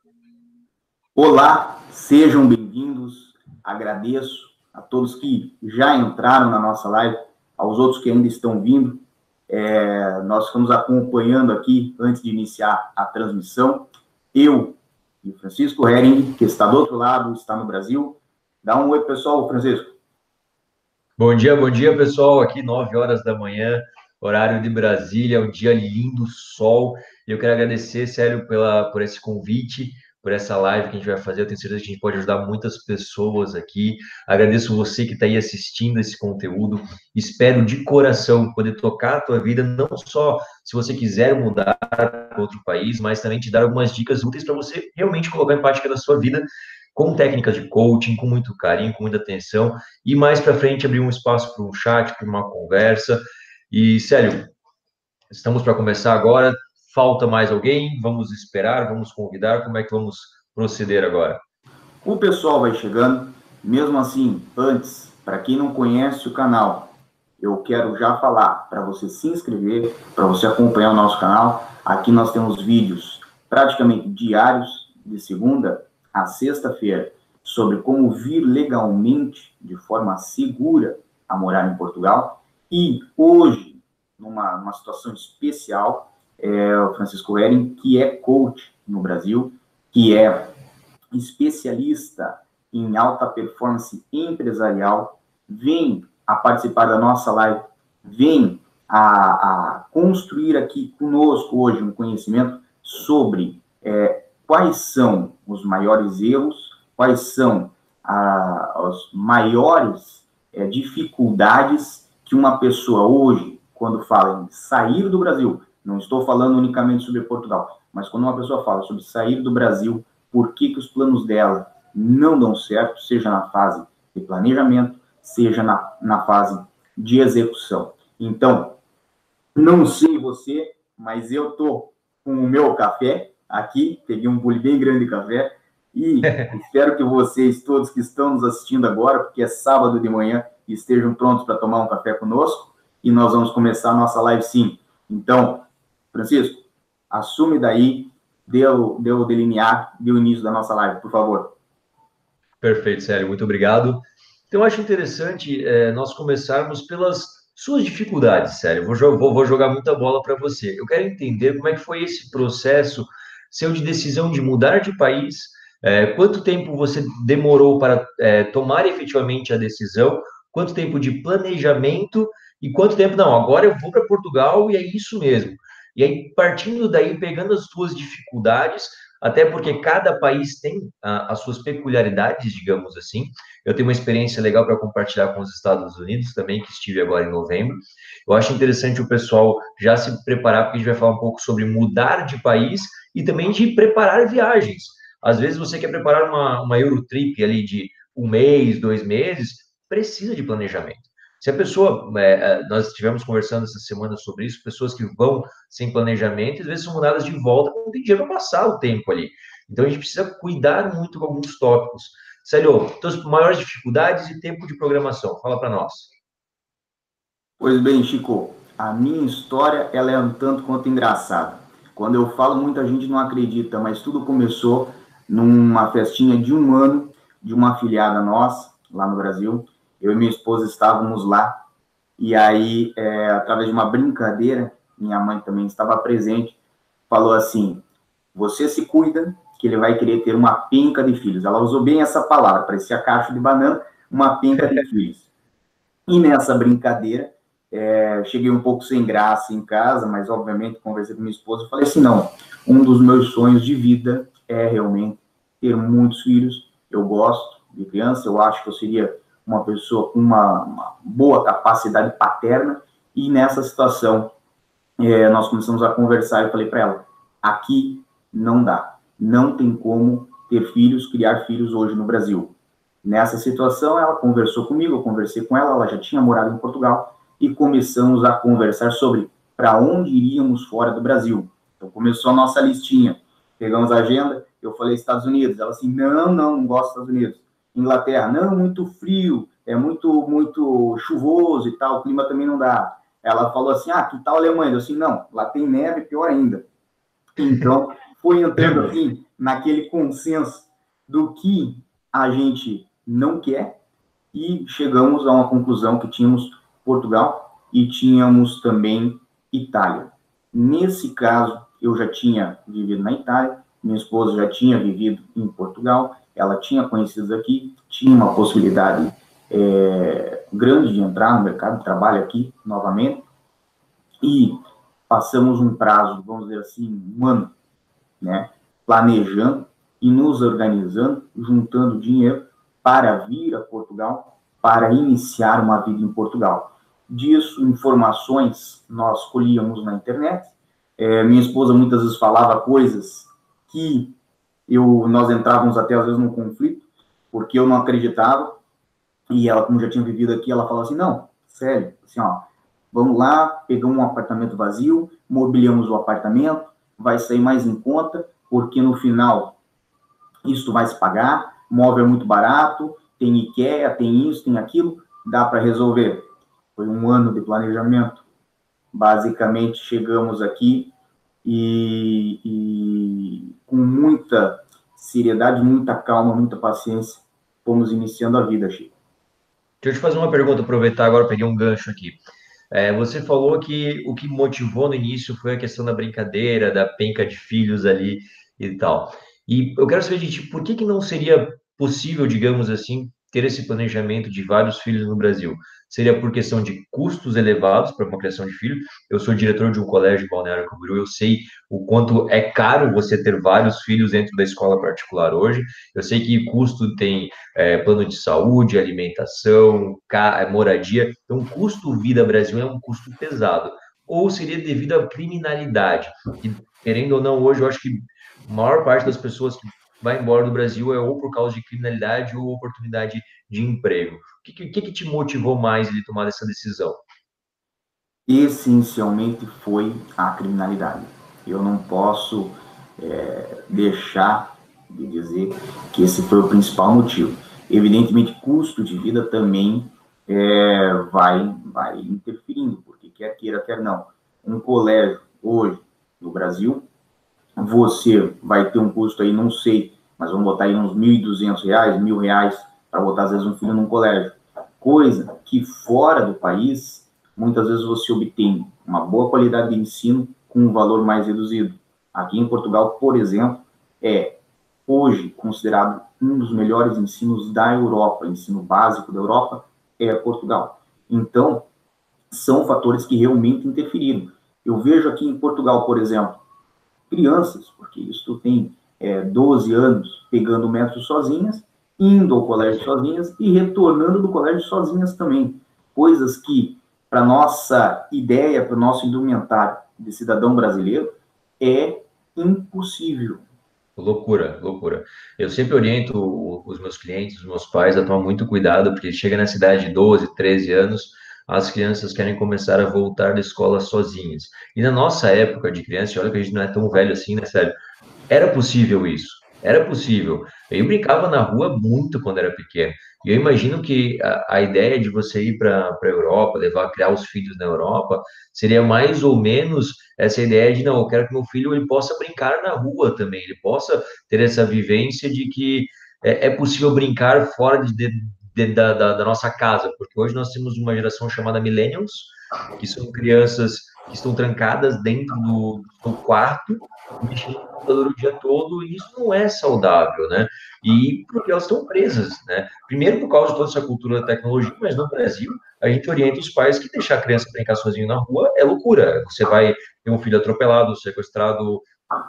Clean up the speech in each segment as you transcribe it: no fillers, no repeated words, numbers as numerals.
Olá, sejam bem-vindos. Agradeço a todos que já entraram na nossa live, aos outros que ainda estão vindo. Nós estamos acompanhando aqui, antes de iniciar a transmissão, eu e o Francisco Hering, que está do outro lado, está no Brasil. Dá um oi, pessoal, Francisco. Bom dia, pessoal. Aqui 9 horas da manhã, horário de Brasília, um dia lindo, sol. E eu quero agradecer, Célio, por esse convite, por essa live que a gente vai fazer. Eu tenho certeza que a gente pode ajudar muitas pessoas aqui. Agradeço você que está aí assistindo esse conteúdo. Espero de coração poder tocar a tua vida, não só se você quiser mudar para outro país, mas também te dar algumas dicas úteis para você realmente colocar em prática na sua vida, com técnicas de coaching, com muito carinho, com muita atenção. E mais para frente abrir um espaço para um chat, para uma conversa. E, Célio, estamos para começar agora. Falta mais alguém? Vamos esperar, vamos convidar. Como é que vamos proceder agora? O pessoal vai chegando. Mesmo assim, antes, para quem não conhece o canal, eu quero já falar para você se inscrever, para você acompanhar o nosso canal. Aqui nós temos vídeos praticamente diários, de segunda a sexta-feira, sobre como vir legalmente, de forma segura, a morar em Portugal. E hoje, numa situação especial, o Francisco Hering, que é coach no Brasil, que é especialista em alta performance empresarial, vem a participar da nossa live, vem a construir aqui conosco hoje um conhecimento sobre quais são os maiores erros, quais são as maiores dificuldades que uma pessoa hoje, quando fala em sair do Brasil, não estou falando unicamente sobre Portugal, mas quando uma pessoa fala sobre sair do Brasil, por que os planos dela não dão certo, seja na fase de planejamento, seja na fase de execução. Então, não sei você, mas eu tô com o meu café aqui, peguei um bule bem grande de café, e espero que vocês todos que estão nos assistindo agora, porque é sábado de manhã, estejam prontos para tomar um café conosco, e nós vamos começar a nossa live sim. Então, Francisco, assume daí, deu delinear, deu início da nossa live, por favor. Perfeito, Célio, muito obrigado. Então, eu acho interessante nós começarmos pelas suas dificuldades, Célio. Vou jogar muita bola para você. Eu quero entender como é que foi esse processo seu de decisão de mudar de país, quanto tempo você demorou para tomar efetivamente a decisão, quanto tempo de planejamento e quanto tempo, não, agora eu vou para Portugal e é isso mesmo. E aí, partindo daí, pegando as suas dificuldades, até porque cada país tem as suas peculiaridades, digamos assim. Eu tenho uma experiência legal para compartilhar com os Estados Unidos também, que estive agora em novembro. Eu acho interessante o pessoal já se preparar, porque a gente vai falar um pouco sobre mudar de país e também de preparar viagens. Às vezes você quer preparar uma Eurotrip ali de um mês, 2 meses, precisa de planejamento. Se a pessoa, nós estivemos conversando essa semana sobre isso, pessoas que vão sem planejamento, às vezes são mudadas de volta, não tem dinheiro para passar o tempo ali. Então a gente precisa cuidar muito com alguns tópicos. Célio, suas maiores dificuldades e tempo de programação, fala para nós. Pois bem, Chico, a minha história ela é um tanto quanto engraçada. Quando eu falo, muita gente não acredita, mas tudo começou numa festinha de 1 ano de uma afilhada nossa, lá no Brasil. Eu e minha esposa estávamos lá, e aí, através de uma brincadeira, minha mãe também estava presente, falou assim: você se cuida, que ele vai querer ter uma penca de filhos. Ela usou bem essa palavra, parecia cacho de banana, uma penca de filhos. E nessa brincadeira, cheguei um pouco sem graça em casa, mas obviamente conversei com minha esposa e falei assim: não, um dos meus sonhos de vida é realmente ter muitos filhos. Eu gosto de criança, eu acho que eu seria uma pessoa com uma boa capacidade paterna, e nessa situação nós começamos a conversar e eu falei para ela: aqui não dá, não tem como ter filhos, criar filhos hoje no Brasil. Nessa situação, ela conversou comigo, eu conversei com ela, ela já tinha morado em Portugal, e começamos a conversar sobre para onde iríamos fora do Brasil. Então começou a nossa listinha, pegamos a agenda, eu falei Estados Unidos, ela assim: não gosto dos Estados Unidos. Inglaterra: não, muito frio, é muito chuvoso e tal, o clima também não dá. Ela falou assim: que tal a Alemanha? Eu assim: não, lá tem neve, pior ainda. Então foi entrando assim naquele consenso do que a gente não quer e chegamos a uma conclusão que tínhamos Portugal e tínhamos também Itália. Nesse caso, eu já tinha vivido na Itália, minha esposa já tinha vivido em Portugal, ela tinha conhecidos aqui, tinha uma possibilidade grande de entrar no mercado de trabalho aqui novamente, e passamos um prazo, vamos dizer assim, um ano, né, planejando e nos organizando, juntando dinheiro para vir a Portugal, para iniciar uma vida em Portugal. Disso, informações nós colhíamos na internet. Minha esposa muitas vezes falava coisas que nós entrávamos até às vezes num conflito, porque eu não acreditava, e ela, como já tinha vivido aqui, ela falava assim, não, sério, assim, ó, vamos lá, pegamos um apartamento vazio, mobiliamos o apartamento, vai sair mais em conta, porque no final isso vai se pagar, móvel é muito barato, tem IKEA, tem isso, tem aquilo, dá para resolver. Foi um ano de planejamento. Basicamente, chegamos aqui e com muita seriedade, muita calma, muita paciência, fomos iniciando a vida, Chico. Deixa eu te fazer uma pergunta, aproveitar agora, peguei um gancho aqui. Você falou que o que motivou no início foi a questão da brincadeira, da penca de filhos ali e tal. E eu quero saber de ti, por que que não seria possível, digamos assim, ter esse planejamento de vários filhos no Brasil? Seria por questão de custos elevados para uma criação de filho? Eu sou diretor de um colégio em Balneário Camboriú, eu sei o quanto é caro você ter vários filhos dentro da escola particular hoje. Eu sei que custo tem plano de saúde, alimentação, moradia. Então, o custo vida Brasil é um custo pesado. Ou seria devido à criminalidade, que, querendo ou não, hoje eu acho que a maior parte das pessoas que vai embora do Brasil é ou por causa de criminalidade ou oportunidade de emprego. O que te motivou mais de tomar essa decisão? Essencialmente foi a criminalidade. Eu não posso deixar de dizer que esse foi o principal motivo. Evidentemente, custo de vida também vai interferindo, porque quer queira, quer não. Um colégio hoje no Brasil, você vai ter um custo aí, não sei, mas vamos botar aí uns R$ 1.200, R$ 1.000, para botar às vezes um filho num colégio. Coisa que fora do país, muitas vezes você obtém uma boa qualidade de ensino com um valor mais reduzido. Aqui em Portugal, por exemplo, é hoje considerado um dos melhores ensinos da Europa, ensino básico da Europa é Portugal. Então, são fatores que realmente interferiram. Eu vejo aqui em Portugal, por exemplo, crianças, porque isso tem 12 anos, pegando o metro sozinhas, indo ao colégio sozinhas e retornando do colégio sozinhas também. Coisas que, para nossa ideia, para o nosso indumentário de cidadão brasileiro, é impossível. Loucura, loucura. Eu sempre oriento os meus clientes, os meus pais a tomar muito cuidado, porque chega na cidade de 12, 13 anos, as crianças querem começar a voltar da escola sozinhas. E na nossa época de criança, olha que a gente não é tão velho assim, né, sério? Era possível isso, era possível. Eu brincava na rua muito quando era pequeno. E eu imagino que a ideia de você ir para a Europa, levar, criar os filhos na Europa, seria mais ou menos essa ideia de, não, eu quero que meu filho ele possa brincar na rua também, ele possa ter essa vivência de que é possível brincar fora da nossa casa, porque hoje nós temos uma geração chamada Millennials, que são crianças que estão trancadas dentro do quarto, mexendo no computador o dia todo, e isso não é saudável, né? E porque elas estão presas, né? Primeiro por causa de toda essa cultura da tecnologia, mas no Brasil a gente orienta os pais que deixar a criança brincar sozinho na rua é loucura. Você vai ter um filho atropelado, sequestrado,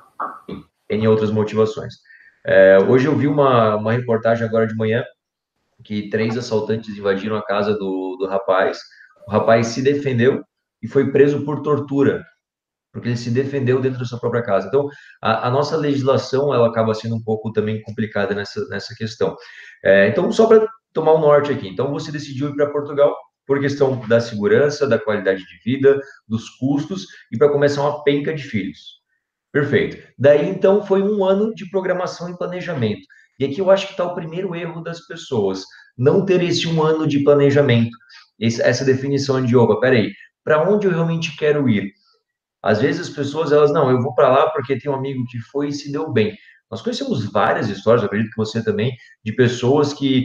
em outras motivações. Hoje eu vi uma reportagem agora de manhã que 3 assaltantes invadiram a casa do rapaz. O rapaz se defendeu e foi preso por tortura, porque ele se defendeu dentro da sua própria casa. Então, a nossa legislação, ela acaba sendo um pouco também complicada nessa questão. Então, só para tomar o norte aqui. Então, você decidiu ir para Portugal por questão da segurança, da qualidade de vida, dos custos e para começar uma penca de filhos. Perfeito. Daí, então, foi um ano de programação e planejamento. E aqui eu acho que está o primeiro erro das pessoas, não ter esse um ano de planejamento, essa definição de, opa, peraí, para onde eu realmente quero ir? Às vezes as pessoas, elas, não, eu vou para lá porque tem um amigo que foi e se deu bem. Nós conhecemos várias histórias, eu acredito que você também, de pessoas que,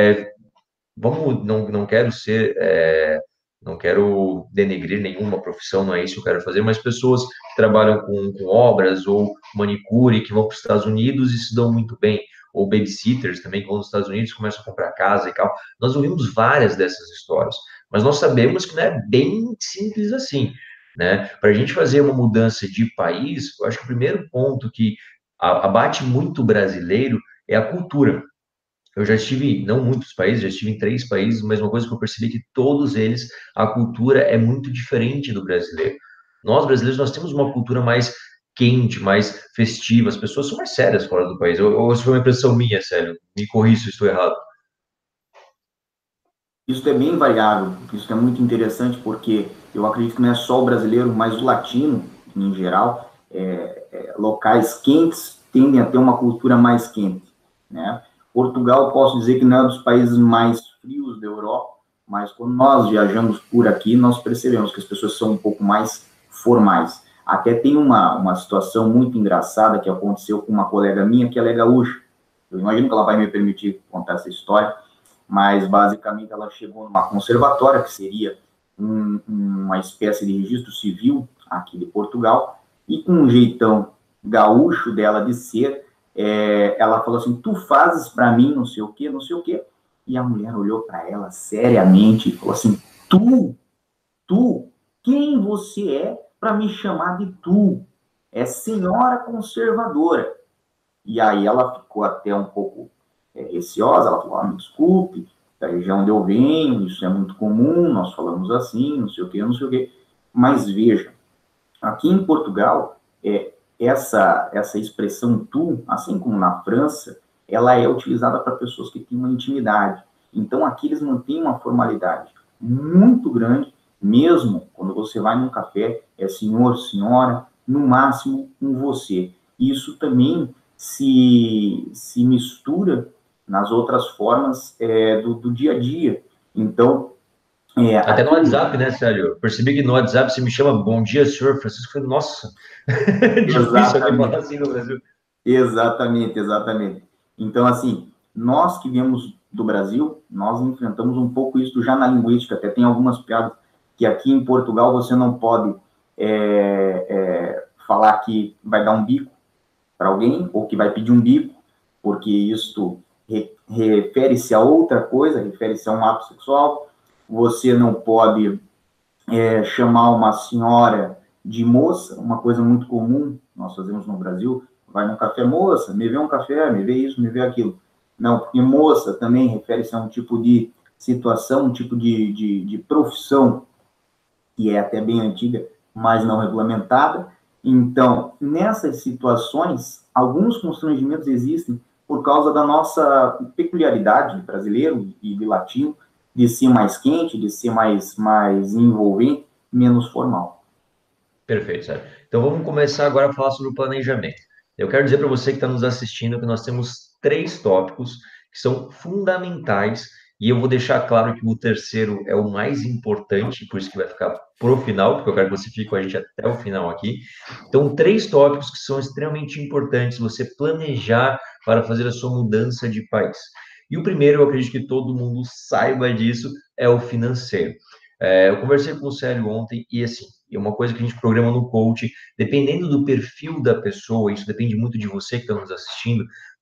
não quero não quero denegrir nenhuma profissão, não é isso que eu quero fazer, mas pessoas que trabalham com obras ou manicure, que vão para os Estados Unidos e se dão muito bem, ou babysitters também que vão nos Estados Unidos, começam a comprar casa e tal. Nós ouvimos várias dessas histórias, mas nós sabemos que não é bem simples assim, né? Para a gente fazer uma mudança de país, eu acho que o primeiro ponto que abate muito o brasileiro é a cultura. Eu já estive, não muitos países, já estive em 3 países, mas uma coisa que eu percebi é que todos eles, a cultura é muito diferente do brasileiro. Nós, brasileiros, nós temos uma cultura mais quente, mais festiva, as pessoas são mais sérias fora do país. Ou isso foi uma impressão minha, sério, me corrija se eu estou errado. Isso é bem variável, isso é muito interessante, porque eu acredito que não é só o brasileiro, mas o latino, em geral, locais quentes tendem a ter uma cultura mais quente, né? Portugal, posso dizer que não é dos países mais frios da Europa, mas quando nós viajamos por aqui, nós percebemos que as pessoas são um pouco mais formais. Até tem uma situação muito engraçada que aconteceu com uma colega minha, que ela é gaúcha. Eu imagino que ela vai me permitir contar essa história, mas basicamente ela chegou numa conservatória, que seria uma espécie de registro civil aqui de Portugal, e com um jeitão gaúcho dela de ser, ela falou assim, tu fazes para mim não sei o quê, não sei o quê, e a mulher olhou para ela seriamente e falou assim, tu, quem você é para me chamar de tu? É senhora conservadora. E aí ela ficou até um pouco receosa, ela falou, me desculpe, da região onde eu venho, isso é muito comum, nós falamos assim, não sei o quê, não sei o quê. Mas veja, aqui em Portugal, essa expressão tu, assim como na França, ela é utilizada para pessoas que têm uma intimidade. Então, aqui eles mantêm uma formalidade muito grande, mesmo quando você vai num café, é senhor, senhora, no máximo um você. Isso também se mistura nas outras formas do dia a dia. Então, Até no aqui... WhatsApp, né, Sérgio? Eu percebi que no WhatsApp você me chama Bom Dia, senhor Francisco. Eu falei, nossa, difícil alguém falar Exatamente. assim no Brasil. Exatamente, exatamente. Então, assim, nós que viemos do Brasil, nós enfrentamos um pouco isso já na linguística, até tem algumas piadas que aqui em Portugal você não pode falar que vai dar um bico para alguém, ou que vai pedir um bico, porque isto refere-se a outra coisa, refere-se a um ato sexual. Você não pode chamar uma senhora de moça, uma coisa muito comum, nós fazemos no Brasil, vai no café, moça, me vê um café, me vê isso, me vê aquilo. Não, porque moça também refere-se a um tipo de situação, um tipo de profissão que é até bem antiga, mas não regulamentada. Então, nessas situações, alguns constrangimentos existem por causa da nossa peculiaridade de brasileiro e de latino, de ser mais quente, de ser mais envolvente, menos formal. Perfeito, Sérgio. Então vamos começar agora a falar sobre o planejamento. Eu quero dizer para você que está nos assistindo que nós temos 3 tópicos que são fundamentais e eu vou deixar claro que o terceiro é o mais importante, por isso que vai ficar pro final, porque eu quero que você fique com a gente até o final aqui. Então, 3 tópicos que são extremamente importantes você planejar para fazer a sua mudança de país. E o primeiro, eu acredito que todo mundo saiba disso, é o financeiro. Eu conversei com o Célio ontem e, assim, é uma coisa que a gente programa no coach, dependendo do perfil da pessoa, isso depende muito de você que está nos assistindo,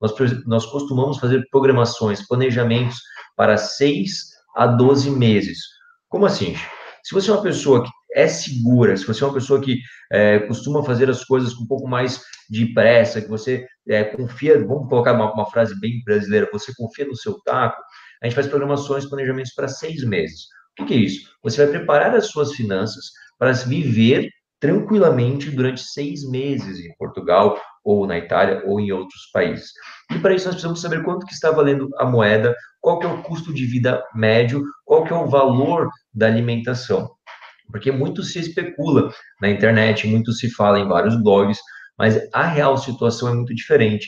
nós costumamos fazer programações, planejamentos para 6 a 12 meses. Como assim? Se você é uma pessoa que é segura, se você é uma pessoa que costuma fazer as coisas com um pouco mais de pressa, que você confia, vamos colocar uma frase bem brasileira, você confia no seu taco, a gente faz programações, planejamentos para 6 meses. O que é isso? Você vai preparar as suas finanças para viver tranquilamente durante 6 meses em Portugal, ou na Itália, ou em outros países. E para isso nós precisamos saber quanto que está valendo a moeda, qual que é o custo de vida médio, qual que é o valor da alimentação. Porque muito se especula na internet, muito se fala em vários blogs, mas a real situação é muito diferente.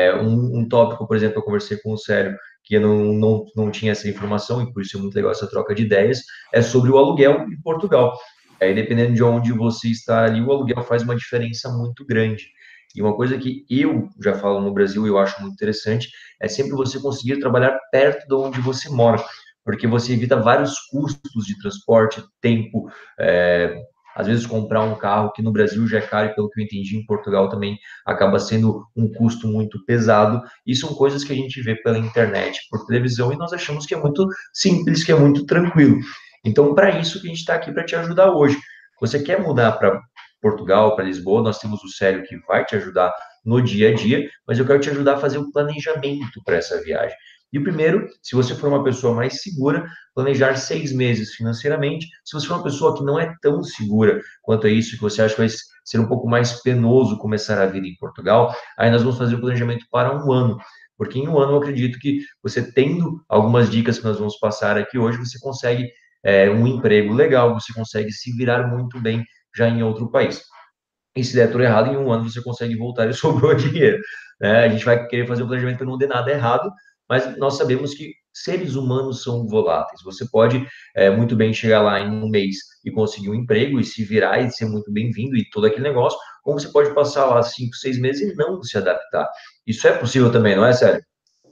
Um tópico, por exemplo, eu conversei com o Célio, que eu não tinha essa informação, e por isso é muito legal essa troca de ideias, é sobre o aluguel em Portugal. Aí, dependendo de onde você está ali, o aluguel faz uma diferença muito grande. E uma coisa que eu já falo no Brasil e eu acho muito interessante é sempre você conseguir trabalhar perto de onde você mora, porque você evita vários custos de transporte, tempo, às vezes comprar um carro que no Brasil já é caro e pelo que eu entendi em Portugal também acaba sendo um custo muito pesado. E são coisas que a gente vê pela internet, por televisão e nós achamos que é muito simples, que é muito tranquilo. Então, para isso que a gente está aqui para te ajudar hoje. Você quer mudar para Portugal, para Lisboa, nós temos o Célio que vai te ajudar no dia a dia, mas eu quero te ajudar a fazer o planejamento para essa viagem. E o primeiro, se você for uma pessoa mais segura, planejar 6 meses financeiramente. Se você for uma pessoa que não é tão segura quanto a isso, que você acha que vai ser um pouco mais penoso começar a vida em Portugal, aí nós vamos fazer o planejamento para um ano. Porque em um ano eu acredito que você tendo algumas dicas que nós vamos passar aqui hoje, você consegue um emprego legal, você consegue se virar muito bem já em outro país. E se der tudo errado, em um ano você consegue voltar e sobrou dinheiro. Né? A gente vai querer fazer um planejamento para não dar nada errado, mas nós sabemos que seres humanos são voláteis. Você pode muito bem chegar lá em um mês e conseguir um emprego e se virar e ser muito bem-vindo e todo aquele negócio, ou você pode passar lá 5, 6 meses e não se adaptar. Isso é possível também, não é, Sério?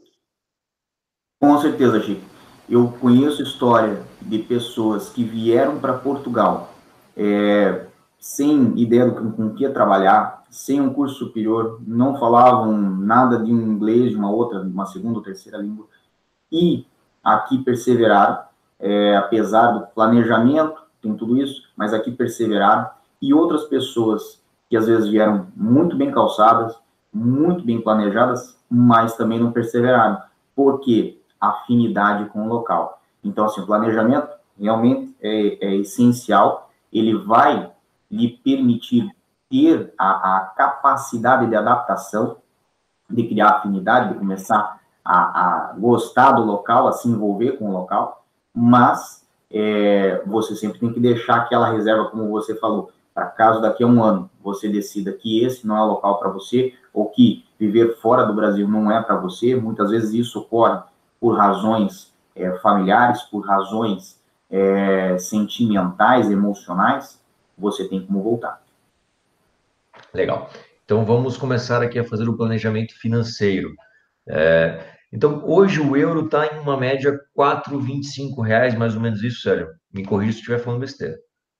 Com certeza, Chico. Eu conheço história de pessoas que vieram para Portugal sem ideia com que ia trabalhar, sem um curso superior, não falavam nada de um inglês, de uma outra, de uma segunda ou terceira língua, e aqui perseveraram, apesar do planejamento, tem tudo isso, mas aqui perseveraram, e outras pessoas que às vezes vieram muito bem calçadas, muito bem planejadas, mas também não perseveraram. Por quê? Afinidade com o local. Então, assim, o planejamento realmente é essencial, ele vai lhe permitir ter a capacidade de adaptação, de criar afinidade, de começar a gostar do local, a se envolver com o local, mas você sempre tem que deixar aquela reserva, como você falou, para caso daqui a um ano você decida que esse não é o local para você, ou que viver fora do Brasil não é para você, muitas vezes isso ocorre por razões familiares, por razões sentimentais, emocionais, você tem como voltar. Legal. Então vamos começar aqui a fazer o planejamento financeiro. Então, hoje o euro está em uma média R$ 4,25, mais ou menos isso, Sérgio. Me corrija se estiver falando besteira.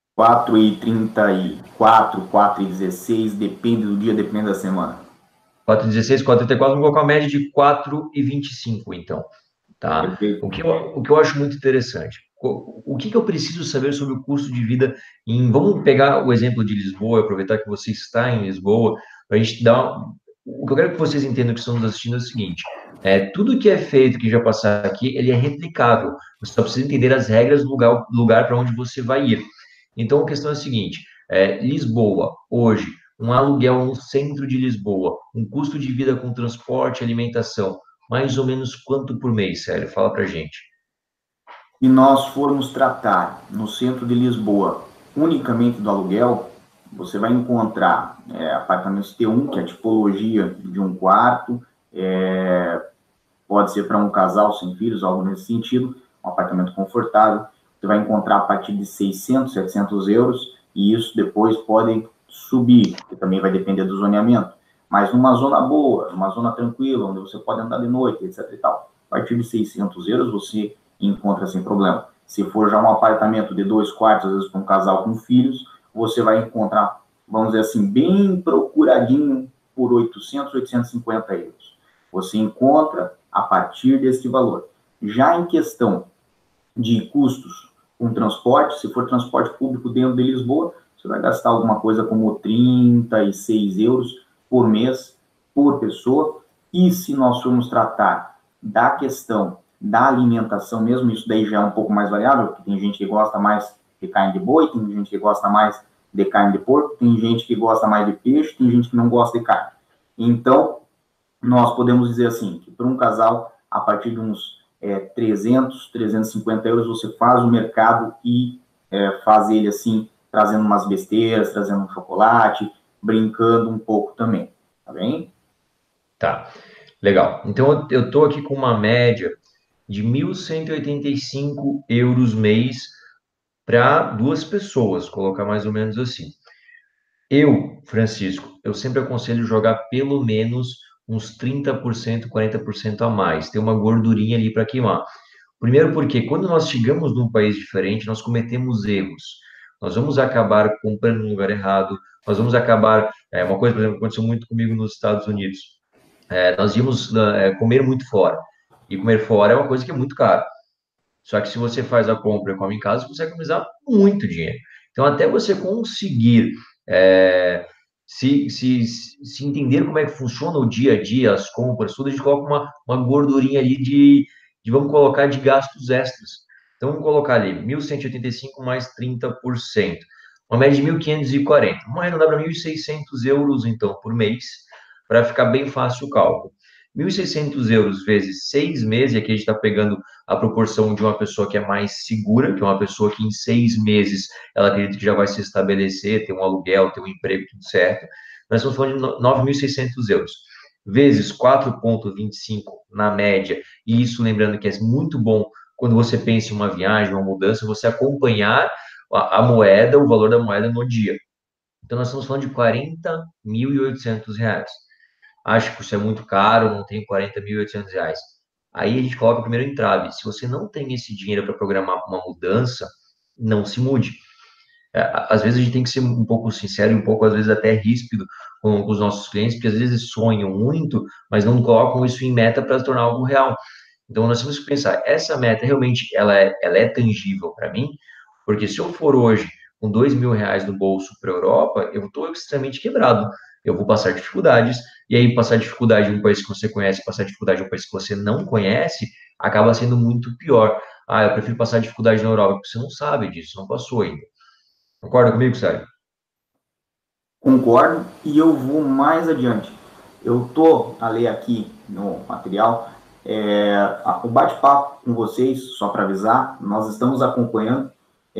4,34, 4,16, depende do dia, depende da semana. 4,16, 4,34, vamos colocar uma média de 4,25, então. Tá? Perfeito. O que eu acho muito interessante. O que eu preciso saber sobre o custo de vida em... Vamos pegar o exemplo de Lisboa, aproveitar que você está em Lisboa, para a gente dar... O que eu quero que vocês entendam que estão nos assistindo é o seguinte, tudo que é feito, que já passar aqui, ele é replicável. Você só precisa entender as regras do lugar para onde você vai ir. Então, a questão é a seguinte, Lisboa, hoje, um aluguel no centro de Lisboa, um custo de vida com transporte, alimentação, mais ou menos quanto por mês, Célio? Fala pra gente. Se nós formos tratar no centro de Lisboa unicamente do aluguel, você vai encontrar apartamentos T1, que é a tipologia de um quarto, pode ser para um casal sem filhos, algo nesse sentido, um apartamento confortável. Você vai encontrar a partir de 600, 700 euros, e isso depois pode subir, que também vai depender do zoneamento. Mas numa zona boa, numa zona tranquila, onde você pode andar de noite, etc. e tal, a partir de 600 euros você encontra sem problema. Se for já um apartamento de 2 quartos, às vezes para um casal com filhos, você vai encontrar, vamos dizer assim, bem procuradinho por 800, 850 euros. Você encontra a partir deste valor. Já em questão de custos com transporte, se for transporte público dentro de Lisboa, você vai gastar alguma coisa como 36 euros por mês, por pessoa. E se nós formos tratar da questão da alimentação mesmo, isso daí já é um pouco mais variável, porque tem gente que gosta mais de carne de boi, tem gente que gosta mais de carne de porco, tem gente que gosta mais de peixe, tem gente que não gosta de carne. Então, nós podemos dizer assim, que para um casal, a partir de uns 300, 350 euros, você faz o mercado e faz ele assim, trazendo umas besteiras, trazendo um chocolate, brincando um pouco também, tá bem? Tá, legal. Então, eu estou aqui com uma média de 1.185 euros mês para 2 pessoas, colocar mais ou menos assim. Eu, Francisco, eu sempre aconselho jogar pelo menos uns 30%, 40% a mais, ter uma gordurinha ali para queimar. Primeiro porque quando nós chegamos num país diferente, nós cometemos erros. Nós vamos acabar comprando no lugar errado, nós vamos acabar, uma coisa, por exemplo, que aconteceu muito comigo nos Estados Unidos. Nós íamos comer muito fora. E comer fora é uma coisa que é muito caro. Só que se você faz a compra e come em casa, você consegue economizar muito dinheiro. Então, até você conseguir é, se entender como é que funciona o dia a dia, as compras, tudo, a gente coloca uma gordurinha ali vamos colocar, de gastos extras. Então, vamos colocar ali 1.185 mais 30%. Uma média de 1.540. Vamos arredondar para 1.600 euros, então, por mês, para ficar bem fácil o cálculo. 1.600 euros vezes 6 meses, e aqui a gente está pegando a proporção de uma pessoa que é mais segura, que é uma pessoa que em 6 meses ela acredita que já vai se estabelecer, ter um aluguel, ter um emprego, tudo certo. Nós estamos falando de 9.600 euros. Vezes 4,25 na média, e isso lembrando que é muito bom quando você pensa em uma viagem, uma mudança, você acompanhar a moeda, o valor da moeda no dia. Então, nós estamos falando de R$ 40.800. Acho que isso é muito caro, não tenho R$ 40.800. Aí a gente coloca o primeiro entrave. Se você não tem esse dinheiro para programar uma mudança, não se mude. Às vezes a gente tem que ser um pouco sincero e um pouco, às vezes, até ríspido com os nossos clientes, porque às vezes sonham muito, mas não colocam isso em meta para se tornar algo real. Então, nós temos que pensar, essa meta realmente ela é tangível para mim? Porque se eu for hoje com R$ 2.000 no bolso para a Europa, eu estou extremamente quebrado. Eu vou passar dificuldades, e aí passar dificuldade em um país que você conhece, passar dificuldade em um país que você não conhece, acaba sendo muito pior. Ah, eu prefiro passar dificuldade na Europa, porque você não sabe disso, não passou ainda. Concorda comigo, Sérgio? Concordo, e eu vou mais adiante. Eu estou a ler aqui no material o bate-papo com vocês, só para avisar, nós estamos acompanhando.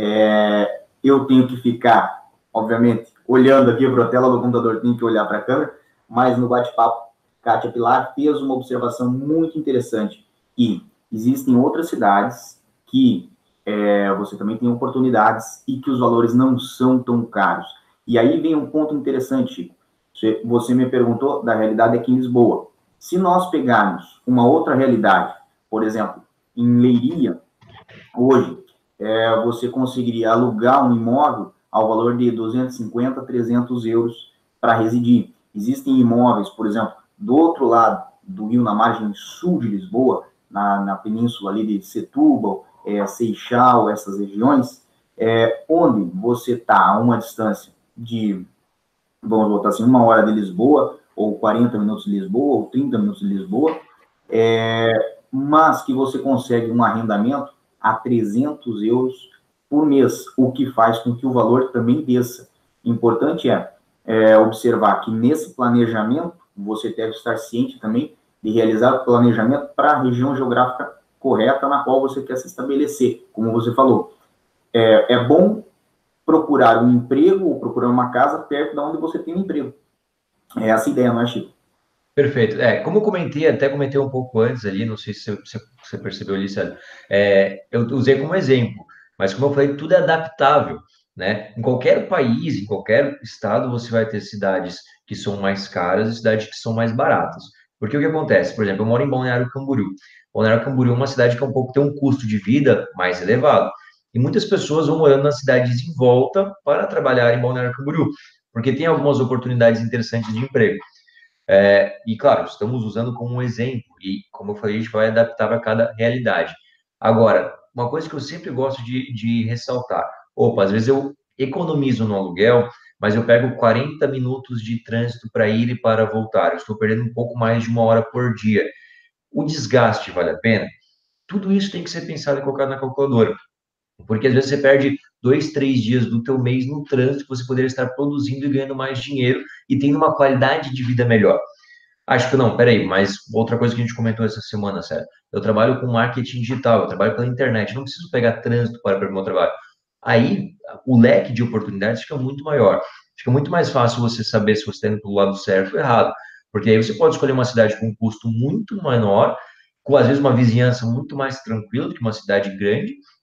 Eu tenho que ficar, obviamente, olhando aqui para a tela do computador, tenho que olhar para a câmera, mas no bate-papo, Kátia Pilar fez uma observação muito interessante, que existem outras cidades que você também tem oportunidades e que os valores não são tão caros. E aí vem um ponto interessante, Chico. Você me perguntou da realidade aqui em Lisboa. Se nós pegarmos uma outra realidade, por exemplo, em Leiria, hoje, você conseguiria alugar um imóvel ao valor de 250, 300 euros para residir. Existem imóveis, por exemplo, do outro lado do rio, na margem sul de Lisboa, na península ali de Setúbal, Seixal, essas regiões, onde você está a uma distância de, vamos botar assim, 1 hora de Lisboa, ou 40 minutos de Lisboa, ou 30 minutos de Lisboa, mas que você consegue um arrendamento a 300 euros por mês, o que faz com que o valor também desça. Importante observar que nesse planejamento, você deve estar ciente também de realizar o planejamento para a região geográfica correta na qual você quer se estabelecer, como você falou. É bom procurar um emprego ou procurar uma casa perto de onde você tem um emprego. É essa a ideia, não é, Chico? Perfeito. Como eu comentei, até comentei um pouco antes ali, não sei se você percebeu ali, Sérgio, eu usei como exemplo, mas como eu falei, tudo é adaptável, né? Em qualquer país, em qualquer estado, você vai ter cidades que são mais caras e cidades que são mais baratas. Porque o que acontece? Por exemplo, eu moro em Balneário Camboriú. Balneário Camboriú é uma cidade que tem um custo de vida mais elevado. E muitas pessoas vão morando nas cidades em volta para trabalhar em Balneário Camboriú, porque tem algumas oportunidades interessantes de emprego. E, claro, estamos usando como um exemplo, e, como eu falei, a gente vai adaptar para cada realidade. Agora, uma coisa que eu sempre gosto de ressaltar: opa, às vezes eu economizo no aluguel, mas eu pego 40 minutos de trânsito para ir e para voltar, eu estou perdendo um pouco mais de 1 hora por dia. O desgaste vale a pena? Tudo isso tem que ser pensado e colocado na calculadora. Porque às vezes você perde 2, 3 dias do teu mês no trânsito que você poderia estar produzindo e ganhando mais dinheiro e tendo uma qualidade de vida melhor. Acho que não, peraí, mas outra coisa que a gente comentou essa semana, sério. Eu trabalho com marketing digital, eu trabalho pela internet, não preciso pegar trânsito para ir para o meu trabalho. Aí, o leque de oportunidades fica muito maior. Fica muito mais fácil você saber se você está indo para o lado certo ou errado. Porque aí você pode escolher uma cidade com um custo muito menor, com às vezes uma vizinhança muito mais tranquila do que uma cidade grande,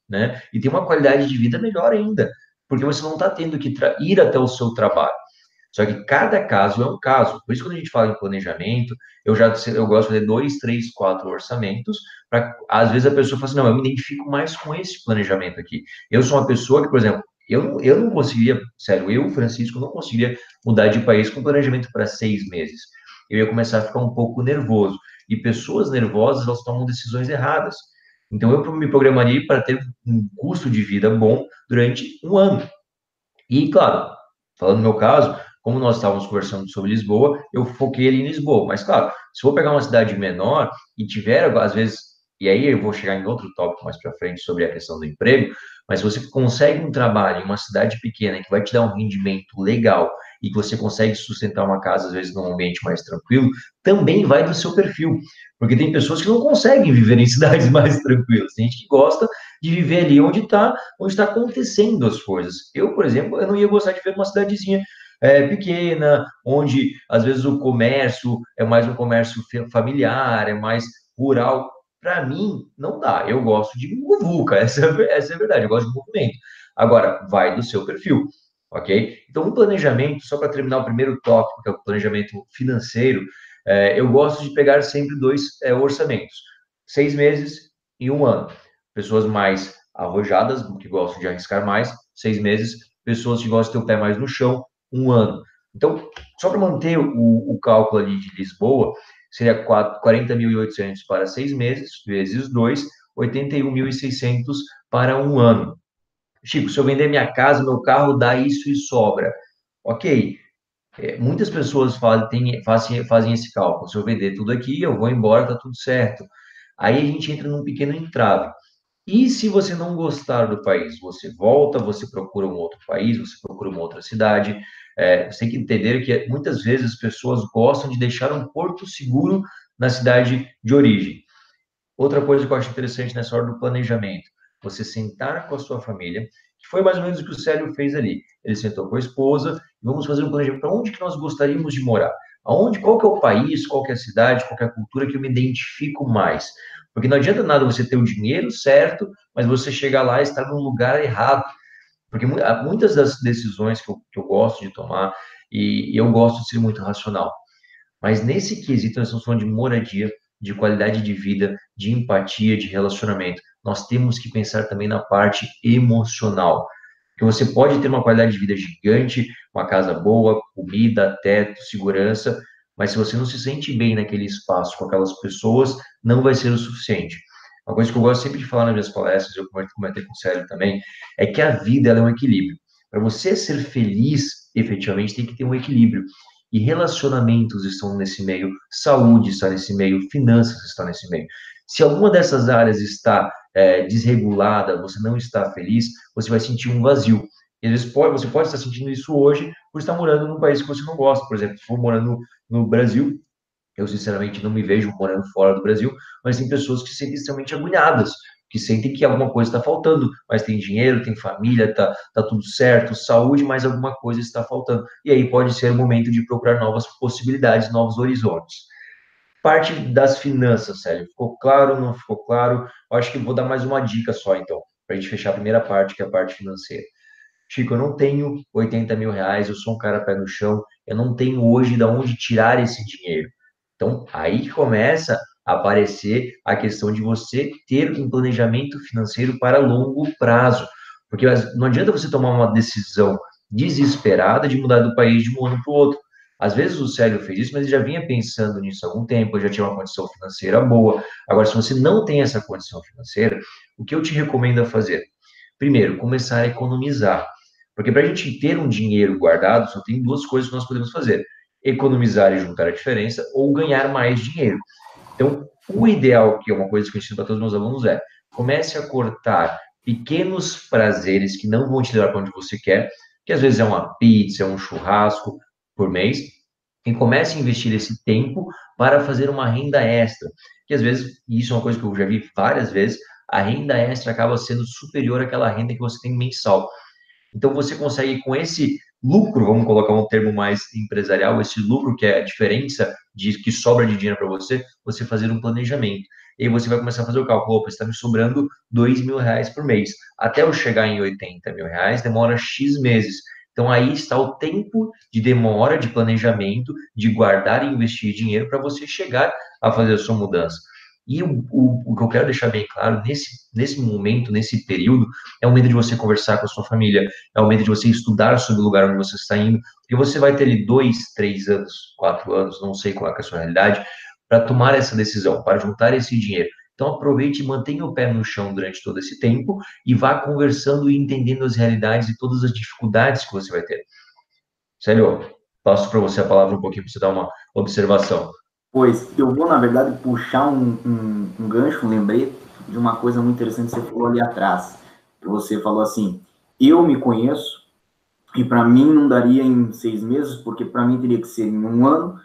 né? E ter uma qualidade de vida melhor ainda, porque você não está tendo que ir até o seu trabalho. Só que cada caso é um caso. Por isso, quando a gente fala em planejamento, eu gosto de fazer 2, 3, 4 orçamentos, para às vezes a pessoa fala assim, não, eu me identifico mais com esse planejamento aqui. Eu sou uma pessoa que, por exemplo, eu não conseguiria, sério, eu, Francisco, não conseguiria mudar de país com planejamento para 6 meses. Eu ia começar a ficar um pouco nervoso. E pessoas nervosas, elas tomam decisões erradas. Então, eu me programaria para ter um custo de vida bom durante um ano. E, claro, falando no meu caso, como nós estávamos conversando sobre Lisboa, eu foquei ali em Lisboa. Mas, claro, se for pegar uma cidade menor e tiver, às vezes, e aí eu vou chegar em outro tópico mais para frente sobre a questão do emprego, mas se você consegue um trabalho em uma cidade pequena que vai te dar um rendimento legal e que você consegue sustentar uma casa, às vezes, num ambiente mais tranquilo, também vai do seu perfil. Porque tem pessoas que não conseguem viver em cidades mais tranquilas. Tem gente que gosta de viver ali onde está acontecendo as coisas. Eu, por exemplo, eu não ia gostar de ver uma cidadezinha pequena, onde às vezes o comércio é mais um comércio familiar, é mais rural. Para mim, não dá. Eu gosto de muvuca, essa é a verdade, eu gosto de movimento. Agora, vai do seu perfil, ok? Então, um planejamento, só para terminar o primeiro tópico, que é o planejamento financeiro, eu gosto de pegar sempre dois orçamentos, 6 meses e um ano. Pessoas mais arrojadas, que gostam de arriscar mais, 6 meses. Pessoas que gostam de ter o pé mais no chão, um ano. Então, só para manter o cálculo ali de Lisboa, seria 40.800 para 6 meses, vezes 2, 81.600 para um ano. Chico, se eu vender minha casa, meu carro, dá isso e sobra. Ok, muitas pessoas fazem esse cálculo. Se eu vender tudo aqui, eu vou embora, tá tudo certo. Aí a gente entra num pequeno entrave. E se você não gostar do país, você volta, você procura um outro país, você procura uma outra cidade. Você tem que entender que muitas vezes as pessoas gostam de deixar um porto seguro na cidade de origem. Outra coisa que eu acho interessante nessa hora do planejamento, você sentar com a sua família, que foi mais ou menos o que o Célio fez ali. Ele sentou com a esposa e vamos fazer um planejamento para onde que nós gostaríamos de morar. Qual que é o país, qual que é a cidade, qual que é a cultura que eu me identifico mais. Porque não adianta nada você ter o dinheiro certo, mas você chegar lá e estar no lugar errado. Porque muitas das decisões que eu gosto de tomar, e eu gosto de ser muito racional, mas nesse quesito, nós estamos falando de moradia, de qualidade de vida, de empatia, de relacionamento. Nós temos que pensar também na parte emocional. Porque você pode ter uma qualidade de vida gigante, uma casa boa, comida, teto, segurança, mas se você não se sente bem naquele espaço com aquelas pessoas, não vai ser o suficiente. Uma coisa que eu gosto sempre de falar nas minhas palestras, eu comentei com o Célio também, é que a vida ela é um equilíbrio. Para você ser feliz, efetivamente, tem que ter um equilíbrio. E relacionamentos estão nesse meio, saúde está nesse meio, finanças está nesse meio. Se alguma dessas áreas está desregulada, você não está feliz, você vai sentir um vazio. E às vezes você pode estar sentindo isso hoje por estar morando num país que você não gosta. Por exemplo, se for morando no Brasil, eu, sinceramente, não me vejo morando fora do Brasil, mas tem pessoas que se sentem extremamente agoniadas, que sentem que alguma coisa está faltando, mas tem dinheiro, tem família, tá tudo certo, saúde, mas alguma coisa está faltando. E aí pode ser o momento de procurar novas possibilidades, novos horizontes. Parte das finanças, Célio, ficou claro, não ficou claro? Eu acho que vou dar mais uma dica só, então, para a gente fechar a primeira parte, que é a parte financeira. Chico, eu não tenho 80 mil reais, eu sou um cara pé no chão, eu não tenho hoje de onde tirar esse dinheiro. Então, aí que começa a aparecer a questão de você ter um planejamento financeiro para longo prazo. Porque não adianta você tomar uma decisão desesperada de mudar do país de um ano para o outro. Às vezes o Célio fez isso, mas ele já vinha pensando nisso há algum tempo, já tinha uma condição financeira boa. Agora, se você não tem essa condição financeira, o que eu te recomendo a fazer? Primeiro, começar a economizar. Porque para a gente ter um dinheiro guardado, só tem duas coisas que nós podemos fazer: economizar e juntar a diferença, ou ganhar mais dinheiro. Então, o ideal, que é uma coisa que eu ensino para todos os meus alunos, é comece a cortar pequenos prazeres que não vão te levar para onde você quer, que às vezes é uma pizza, é um churrasco por mês, e comece a investir esse tempo para fazer uma renda extra. Que às vezes, e isso é uma coisa que eu já vi várias vezes, a renda extra acaba sendo superior àquela renda que você tem mensal. Então, você consegue, com esse lucro, vamos colocar um termo mais empresarial, esse lucro que é a diferença de que sobra de dinheiro para você, você fazer um planejamento. E aí você vai começar a fazer o cálculo, opa, está me sobrando R$ 2.000 por mês. Até eu chegar em R$ 80.000, demora X meses. Então, aí está o tempo de demora, de planejamento, de guardar e investir dinheiro para você chegar a fazer a sua mudança. E o que eu quero deixar bem claro nesse momento, nesse período, é o medo de você conversar com a sua família, é o medo de você estudar sobre o lugar onde você está indo, porque você vai ter ali 2, 3 anos, 4 anos, não sei qual é a sua realidade, para tomar essa decisão, para juntar esse dinheiro. Então, aproveite e mantenha o pé no chão durante todo esse tempo e vá conversando e entendendo as realidades e todas as dificuldades que você vai ter. Célio, passo para você a palavra um pouquinho para você dar uma observação. Pois eu vou, na verdade, puxar um gancho, um lembrete de uma coisa muito interessante que você falou ali atrás. Que você falou assim, eu me conheço e para mim não daria em 6 meses, porque para mim teria que ser em um ano,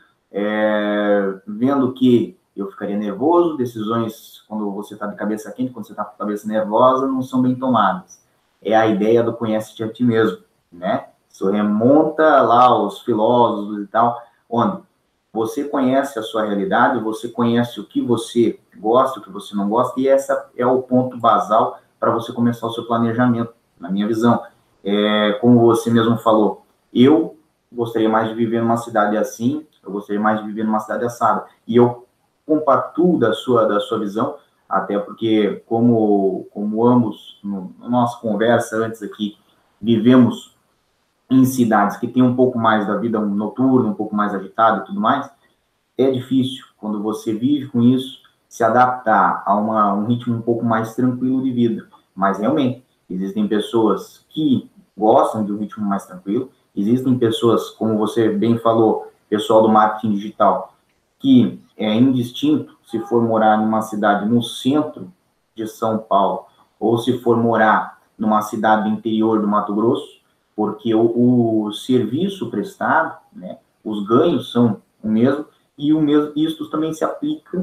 vendo que eu ficaria nervoso, decisões, quando você está de cabeça quente, quando você está com a cabeça nervosa, não são bem tomadas. É a ideia do conhece-te a ti mesmo, né? Isso remonta lá aos filósofos e tal, onde você conhece a sua realidade, você conhece o que você gosta, o que você não gosta, e essa é o ponto basal para você começar o seu planejamento, na minha visão. Como você mesmo falou, eu gostaria mais de viver numa cidade assim, eu gostaria mais de viver numa cidade assada. E eu compactuo da sua visão, até porque, como ambos, na nossa conversa antes aqui, vivemos em cidades que tem um pouco mais da vida noturna, um pouco mais agitada e tudo mais, é difícil, quando você vive com isso, se adaptar a um ritmo um pouco mais tranquilo de vida. Mas, realmente, existem pessoas que gostam de um ritmo mais tranquilo, existem pessoas, como você bem falou, pessoal do marketing digital, que é indistinto se for morar numa cidade no centro de São Paulo ou se for morar numa cidade do interior do Mato Grosso, porque o serviço prestado, né, os ganhos são o mesmo, e isso também se aplica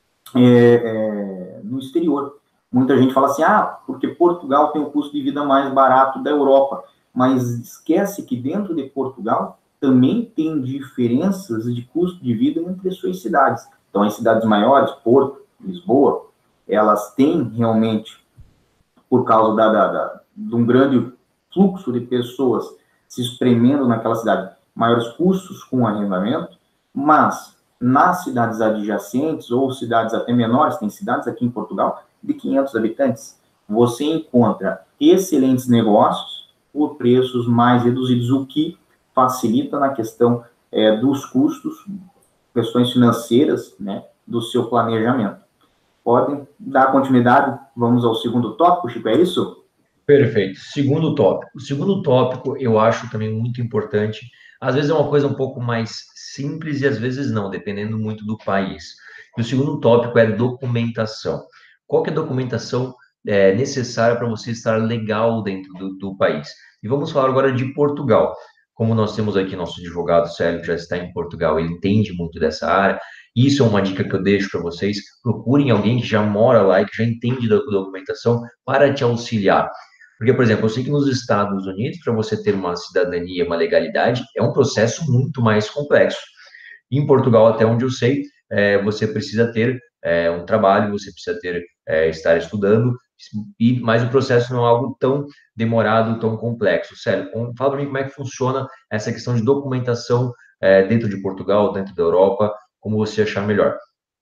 no exterior. Muita gente fala assim, porque Portugal tem o custo de vida mais barato da Europa, mas esquece que dentro de Portugal também tem diferenças de custo de vida entre as suas cidades. Então, as cidades maiores, Porto, Lisboa, elas têm realmente, por causa de um grande fluxo de pessoas se espremendo naquela cidade, maiores custos com arrendamento, mas nas cidades adjacentes ou cidades até menores, tem cidades aqui em Portugal de 500 habitantes, você encontra excelentes negócios por preços mais reduzidos, o que facilita na questão dos custos, questões financeiras, né, do seu planejamento. Podem dar continuidade, vamos ao segundo tópico, Chico, é isso? Perfeito. Segundo tópico. O segundo tópico eu acho também muito importante. Às vezes é uma coisa um pouco mais simples e às vezes não, dependendo muito do país. E o segundo tópico é documentação. Qual que é a documentação necessária para você estar legal dentro do país? E vamos falar agora de Portugal. Como nós temos aqui nosso advogado Célio, que já está em Portugal, ele entende muito dessa área. Isso é uma dica que eu deixo para vocês. Procurem alguém que já mora lá e que já entende da documentação para te auxiliar. Porque, por exemplo, eu sei que nos Estados Unidos, para você ter uma cidadania, uma legalidade, é um processo muito mais complexo. Em Portugal, até onde eu sei, você precisa ter um trabalho, você precisa ter estar estudando, mas o processo não é algo tão demorado, tão complexo. Sério, fala para mim como é que funciona essa questão de documentação dentro de Portugal, dentro da Europa, como você achar melhor.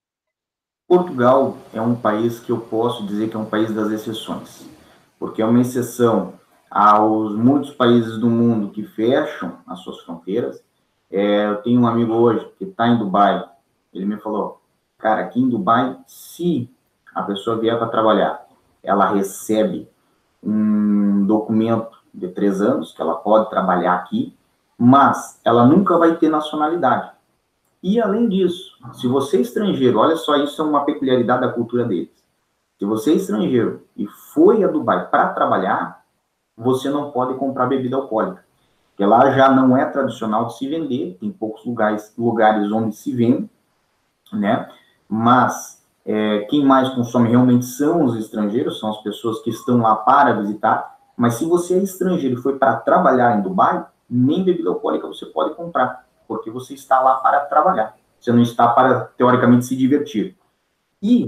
Portugal é um país que eu posso dizer que é um país das exceções, porque é uma exceção aos muitos países do mundo que fecham as suas fronteiras. Eu tenho um amigo hoje que está em Dubai, ele me falou, cara, aqui em Dubai, se a pessoa vier para trabalhar, ela recebe um documento de 3 anos, que ela pode trabalhar aqui, mas ela nunca vai ter nacionalidade. E, além disso, se você é estrangeiro, olha só, isso é uma peculiaridade da cultura deles. Se você é estrangeiro e foi a Dubai para trabalhar, você não pode comprar bebida alcoólica. Porque lá já não é tradicional de se vender, tem poucos lugares onde se vende, né? Mas quem mais consome realmente são os estrangeiros, são as pessoas que estão lá para visitar. Mas se você é estrangeiro e foi para trabalhar em Dubai, nem bebida alcoólica você pode comprar, porque você está lá para trabalhar. Você não está para, teoricamente, se divertir. E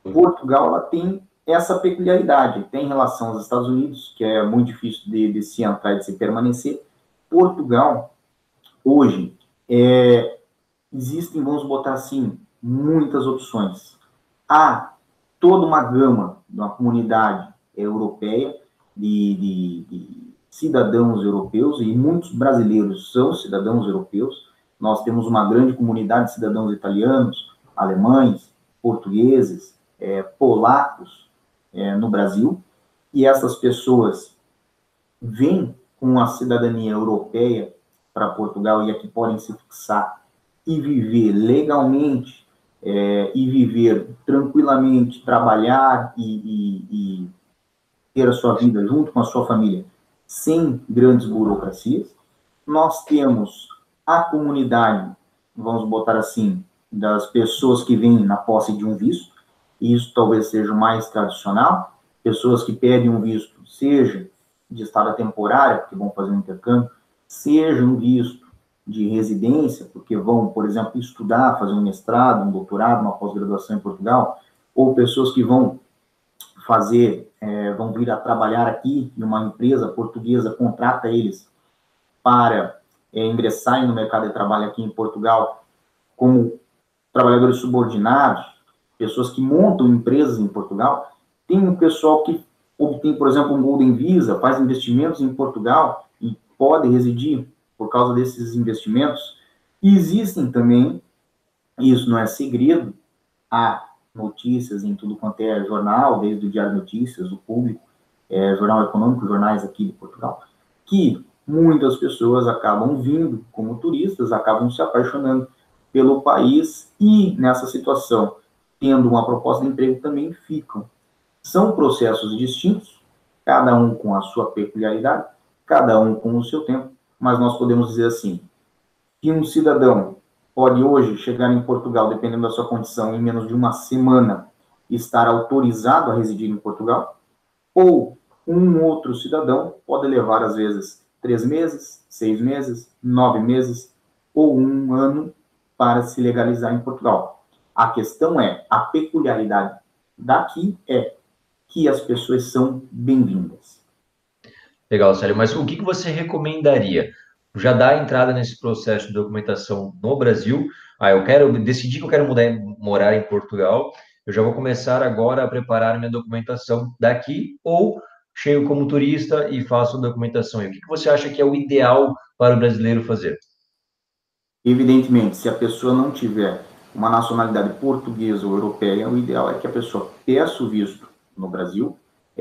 Portugal ela tem essa peculiaridade, tem relação aos Estados Unidos, que é muito difícil de se entrar e de se permanecer. Portugal, hoje, existem, vamos botar assim, muitas opções. Há toda uma gama de uma comunidade europeia de cidadãos europeus, e muitos brasileiros são cidadãos europeus. Nós temos uma grande comunidade de cidadãos italianos, alemães, portugueses, polacos no Brasil, e essas pessoas vêm com a cidadania europeia para Portugal e aqui podem se fixar e viver legalmente, e viver tranquilamente, trabalhar e ter a sua vida junto com a sua família, sem grandes burocracias. Nós temos a comunidade, vamos botar assim, das pessoas que vêm na posse de um visto, e isso talvez seja o mais tradicional, pessoas que pedem um visto, seja de estada temporária, porque vão fazer um intercâmbio, seja um visto de residência, porque vão, por exemplo, estudar, fazer um mestrado, um doutorado, uma pós-graduação em Portugal, ou pessoas que vão vão vir a trabalhar aqui e uma empresa portuguesa contrata eles para ingressarem no mercado de trabalho aqui em Portugal como trabalhadores subordinados, pessoas que montam empresas em Portugal. Tem um pessoal que obtém, por exemplo, um Golden Visa, faz investimentos em Portugal e pode residir por causa desses investimentos. E existem também, isso não é segredo, há notícias em tudo quanto é jornal, desde o Diário de Notícias, o Público, Jornal Econômico, jornais aqui de Portugal, que muitas pessoas acabam vindo como turistas, acabam se apaixonando pelo país e, nessa situação, tendo uma proposta de emprego, também ficam. São processos distintos, cada um com a sua peculiaridade, cada um com o seu tempo, mas nós podemos dizer assim, que um cidadão pode hoje chegar em Portugal, dependendo da sua condição, em menos de uma semana, estar autorizado a residir em Portugal, ou um outro cidadão pode levar, às vezes, 3 meses, 6 meses, 9 meses, ou um ano para se legalizar em Portugal. A questão a peculiaridade daqui é que as pessoas são bem-vindas. Legal, Célio. Mas o que você recomendaria? Já dá a entrada nesse processo de documentação no Brasil. Eu quero decidir que eu quero morar em Portugal. Eu já vou começar agora a preparar minha documentação daqui, ou chego como turista e faço documentação. E o que você acha que é o ideal para o brasileiro fazer? Evidentemente, se a pessoa não tiver uma nacionalidade portuguesa ou europeia, o ideal é que a pessoa peça o visto no Brasil.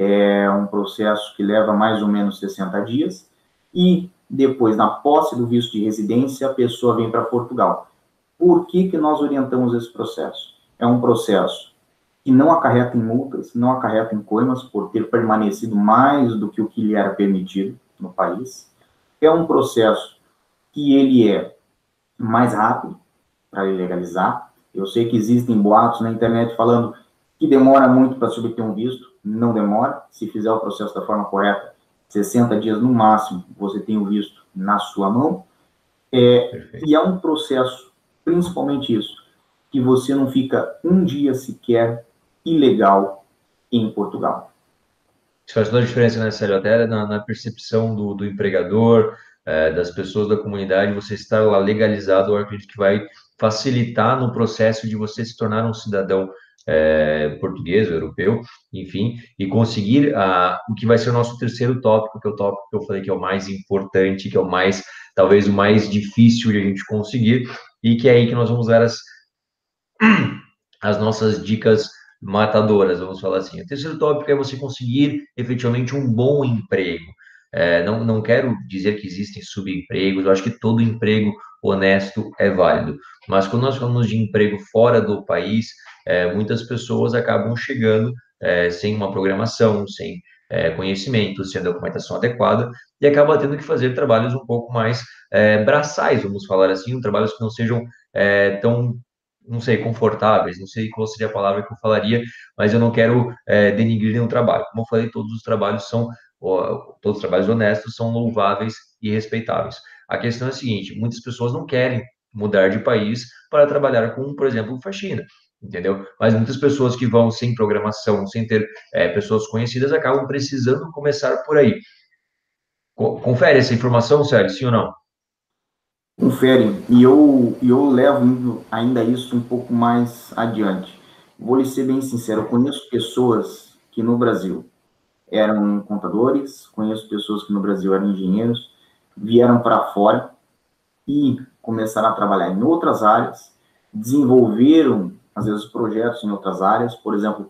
É um processo que leva mais ou menos 60 dias. E depois, na posse do visto de residência, a pessoa vem para Portugal. Por que nós orientamos esse processo? É um processo que não acarreta em multas, não acarreta em coimas, por ter permanecido mais do que o que lhe era permitido no país. É um processo que ele é mais rápido para legalizar. Eu sei que existem boatos na internet falando que demora muito para se obter um visto. Não demora. Se fizer o processo da forma correta, 60 dias no máximo, você tem o visto na sua mão. E é um processo, principalmente isso, que você não fica um dia sequer ilegal em Portugal. Isso faz toda a diferença, né, Sérgio? Até na percepção do empregador, das pessoas da comunidade, você estar lá legalizado, eu acredito que vai facilitar no processo de você se tornar um cidadão português, europeu, enfim, e conseguir o que vai ser o nosso terceiro tópico, que é o tópico que eu falei que é o mais importante, que é o mais, talvez o mais difícil de a gente conseguir, e que é aí que nós vamos dar as nossas dicas matadoras, vamos falar assim. O terceiro tópico é você conseguir efetivamente um bom emprego. Não quero dizer que existem subempregos, eu acho que todo emprego honesto é válido. Mas quando nós falamos de emprego fora do país, muitas pessoas acabam chegando sem uma programação, sem conhecimento, sem a documentação adequada, e acaba tendo que fazer trabalhos um pouco mais braçais, vamos falar assim, trabalhos que não sejam tão, não sei, confortáveis, não sei qual seria a palavra que eu falaria, mas eu não quero denigrir nenhum trabalho. Como eu falei, todos os trabalhos honestos são louváveis e respeitáveis. A questão é a seguinte: muitas pessoas não querem mudar de país para trabalhar com, por exemplo, faxina. entendeu? Mas muitas pessoas que vão sem programação, sem ter pessoas conhecidas, acabam precisando começar por aí. Confere essa informação, Sérgio, sim ou não? Confere, e eu levo ainda isso um pouco mais adiante. Vou lhe ser bem sincero, eu conheço pessoas que no Brasil eram contadores, conheço pessoas que no Brasil eram engenheiros, vieram para fora e começaram a trabalhar em outras áreas, desenvolveram, às vezes, projetos em outras áreas. Por exemplo,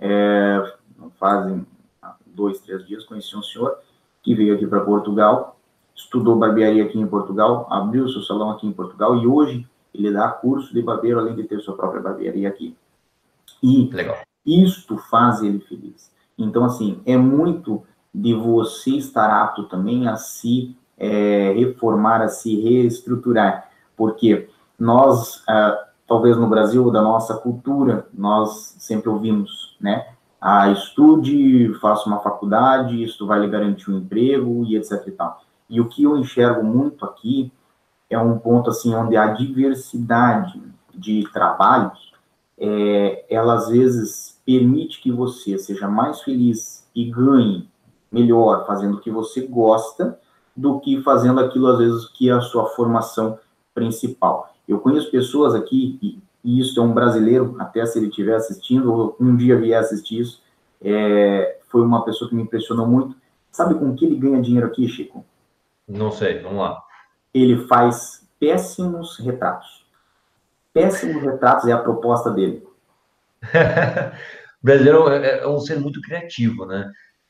fazem 2, 3 dias, conheci um senhor que veio aqui para Portugal, estudou barbearia aqui em Portugal, abriu seu salão aqui em Portugal e hoje ele dá curso de barbeiro, além de ter sua própria barbearia aqui. E Legal. isto faz ele feliz. Então, assim, é muito de você estar apto também a se reformar, a se reestruturar, porque nós, talvez no Brasil, da nossa cultura, nós sempre ouvimos, né? Ah, estude, faça uma faculdade, isso vai lhe garantir um emprego e etc e tal. E o que eu enxergo muito aqui é um ponto assim onde a diversidade de trabalhos ela às vezes permite que você seja mais feliz e ganhe melhor fazendo o que você gosta do que fazendo aquilo às vezes que é a sua formação principal. Eu conheço pessoas aqui, e isso é um brasileiro, até se ele estiver assistindo, ou um dia vier assistir isso, foi uma pessoa que me impressionou muito. Sabe com que ele ganha dinheiro aqui, Chico? Não sei, vamos lá. Ele faz péssimos retratos. Péssimos retratos é a proposta dele. O brasileiro é um ser muito criativo, né?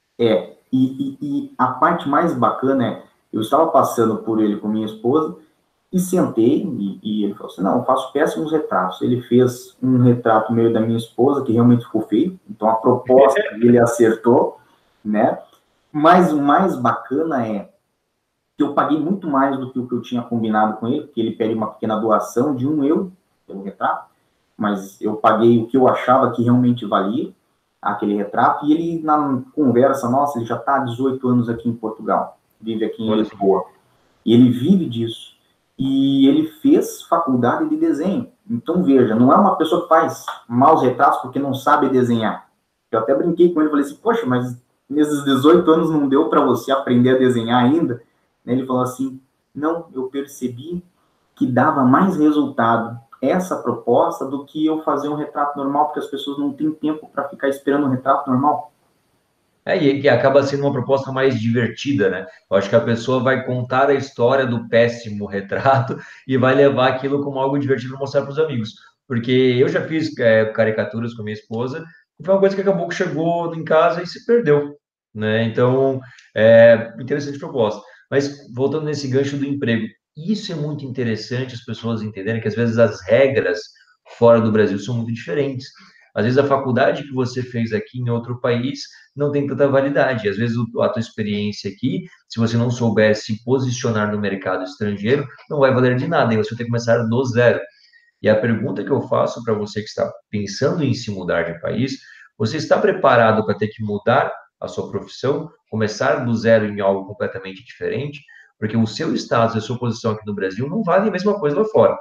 E a parte mais bacana eu estava passando por ele com minha esposa e sentei e ele falou assim, não, eu faço péssimos retratos. Ele fez um retrato meio da minha esposa que realmente ficou feio, então a proposta ele acertou, né? Mas o mais bacana que eu paguei muito mais do que o que eu tinha combinado com ele, porque ele pede uma pequena doação de €1 pelo retrato, mas eu paguei o que eu achava que realmente valia aquele retrato, e ele, na conversa nossa, ele já está há 18 anos aqui em Portugal, vive aqui em Olha só. Lisboa, e ele vive disso, e ele fez faculdade de desenho, então veja, não é uma pessoa que faz maus retratos porque não sabe desenhar. Eu até brinquei com ele, falei assim, poxa, mas nesses 18 anos não deu para você aprender a desenhar ainda? Ele falou assim, não, eu percebi que dava mais resultado essa proposta do que eu fazer um retrato normal, porque as pessoas não têm tempo para ficar esperando um retrato normal. E que acaba sendo uma proposta mais divertida, né? Eu acho que a pessoa vai contar a história do péssimo retrato e vai levar aquilo como algo divertido para mostrar para os amigos. Porque eu já fiz caricaturas com minha esposa e foi uma coisa que acabou que chegou em casa e se perdeu, né? Então, interessante proposta. Mas voltando nesse gancho do emprego, isso é muito interessante as pessoas entenderem que às vezes as regras fora do Brasil são muito diferentes. Às vezes a faculdade que você fez aqui em outro país não tem tanta validade. Às vezes a tua experiência aqui, se você não souber se posicionar no mercado estrangeiro, não vai valer de nada, e você vai ter que começar do zero. E a pergunta que eu faço para você que está pensando em se mudar de país, você está preparado para ter que mudar a sua profissão, começar do zero em algo completamente diferente? Porque o seu status, a sua posição aqui no Brasil não vale a mesma coisa lá fora.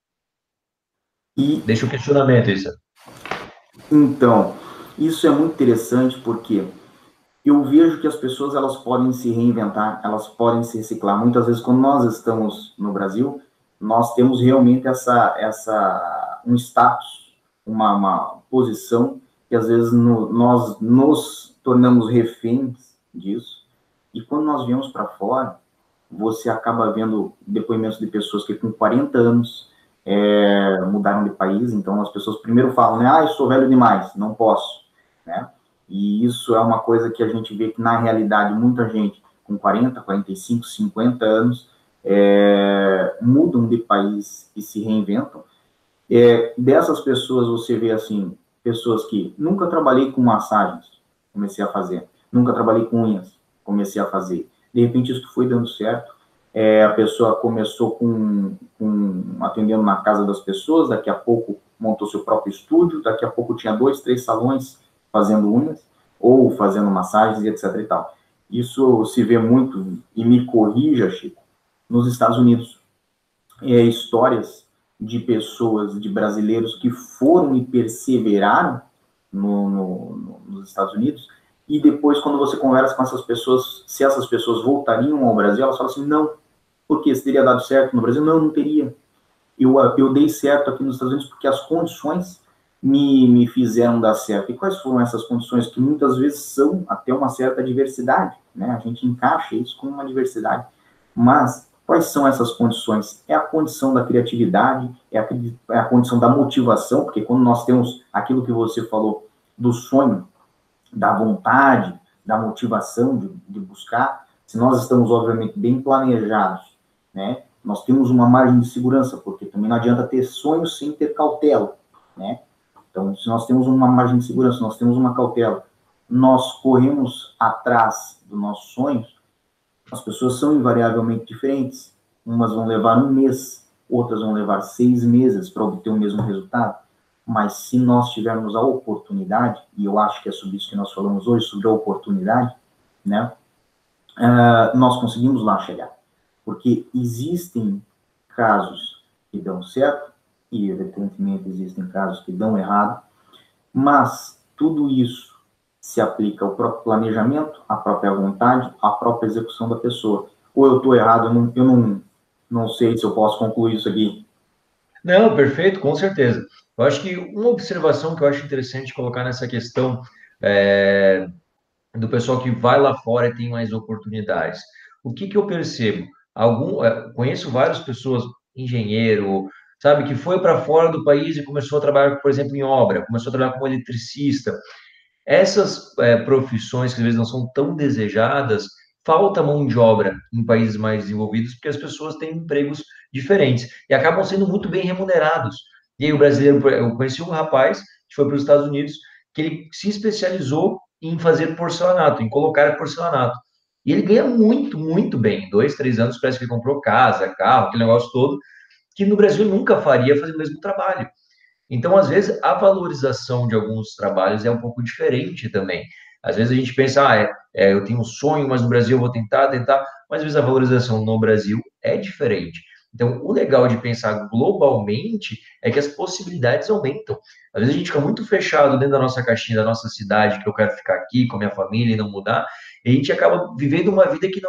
E, Deixa o questionamento, isso. então, isso é muito interessante porque eu vejo que as pessoas elas podem se reinventar, elas podem se reciclar. Muitas vezes, quando nós estamos no Brasil, nós temos realmente um status, uma posição que às vezes nós nos tornamos reféns disso. E quando nós viemos para fora, você acaba vendo depoimentos de pessoas que com 40 anos mudaram de país. Então as pessoas primeiro falam, né, eu sou velho demais, não posso, né? E isso é uma coisa que a gente vê que, na realidade, muita gente com 40, 45, 50 anos mudam de país e se reinventam. Dessas pessoas, você vê, assim, pessoas que nunca trabalhei com massagens, comecei a fazer. Nunca trabalhei com unhas, comecei a fazer. De repente, isso foi dando certo. A pessoa começou atendendo na casa das pessoas, daqui a pouco montou seu próprio estúdio, daqui a pouco tinha 2, 3 salões fazendo unhas, ou fazendo massagens e etc e tal. Isso se vê muito, e me corrija, Chico, nos Estados Unidos. Histórias de pessoas, de brasileiros que foram e perseveraram nos Estados Unidos, e depois, quando você conversa com essas pessoas, se essas pessoas voltariam ao Brasil, elas falam assim, não, porque se teria dado certo no Brasil? Não, não teria. Eu dei certo aqui nos Estados Unidos porque as condições me fizeram dar certo. E quais foram essas condições? Que muitas vezes são até uma certa diversidade, né? A gente encaixa isso como uma diversidade. Mas quais são essas condições? É a condição da criatividade, é a condição da motivação, porque quando nós temos aquilo que você falou, do sonho, da vontade, da motivação de buscar, se nós estamos, obviamente, bem planejados, né? Nós temos uma margem de segurança, porque também não adianta ter sonhos sem ter cautela, né? Então, se nós temos uma margem de segurança, nós temos uma cautela, nós corremos atrás dos nossos sonhos, as pessoas são invariavelmente diferentes. Umas vão levar um mês, outras vão levar 6 meses para obter o mesmo resultado. Mas se nós tivermos a oportunidade, e eu acho que é sobre isso que nós falamos hoje, sobre a oportunidade, né, nós conseguimos lá chegar. Porque existem casos que dão certo, e evidentemente existem casos que dão errado, mas tudo isso se aplica ao próprio planejamento, à própria vontade, à própria execução da pessoa. Ou eu estou errado, eu não sei se eu posso concluir isso aqui. Não, perfeito, com certeza. Eu acho que uma observação que eu acho interessante colocar nessa questão é, do pessoal que vai lá fora e tem mais oportunidades. O que que eu percebo? Conheço várias pessoas, engenheiro, sabe, que foi para fora do país e começou a trabalhar, por exemplo, em obra, começou a trabalhar como eletricista. Essas profissões que às vezes não são tão desejadas, falta mão de obra em países mais desenvolvidos, porque as pessoas têm empregos diferentes e acabam sendo muito bem remunerados. E aí o brasileiro, eu conheci um rapaz que foi para os Estados Unidos, que ele se especializou em fazer porcelanato, em colocar porcelanato. E ele ganha muito, muito bem. Em 2, 3 anos parece que ele comprou casa, carro, aquele negócio todo, que no Brasil nunca faria fazer o mesmo trabalho. Então, às vezes, a valorização de alguns trabalhos é um pouco diferente também. Às vezes a gente pensa, eu tenho um sonho, mas no Brasil eu vou tentar, mas às vezes a valorização no Brasil é diferente. Então, o legal de pensar globalmente é que as possibilidades aumentam. Às vezes a gente fica muito fechado dentro da nossa caixinha, da nossa cidade, que eu quero ficar aqui com a minha família e não mudar, e a gente acaba vivendo uma vida que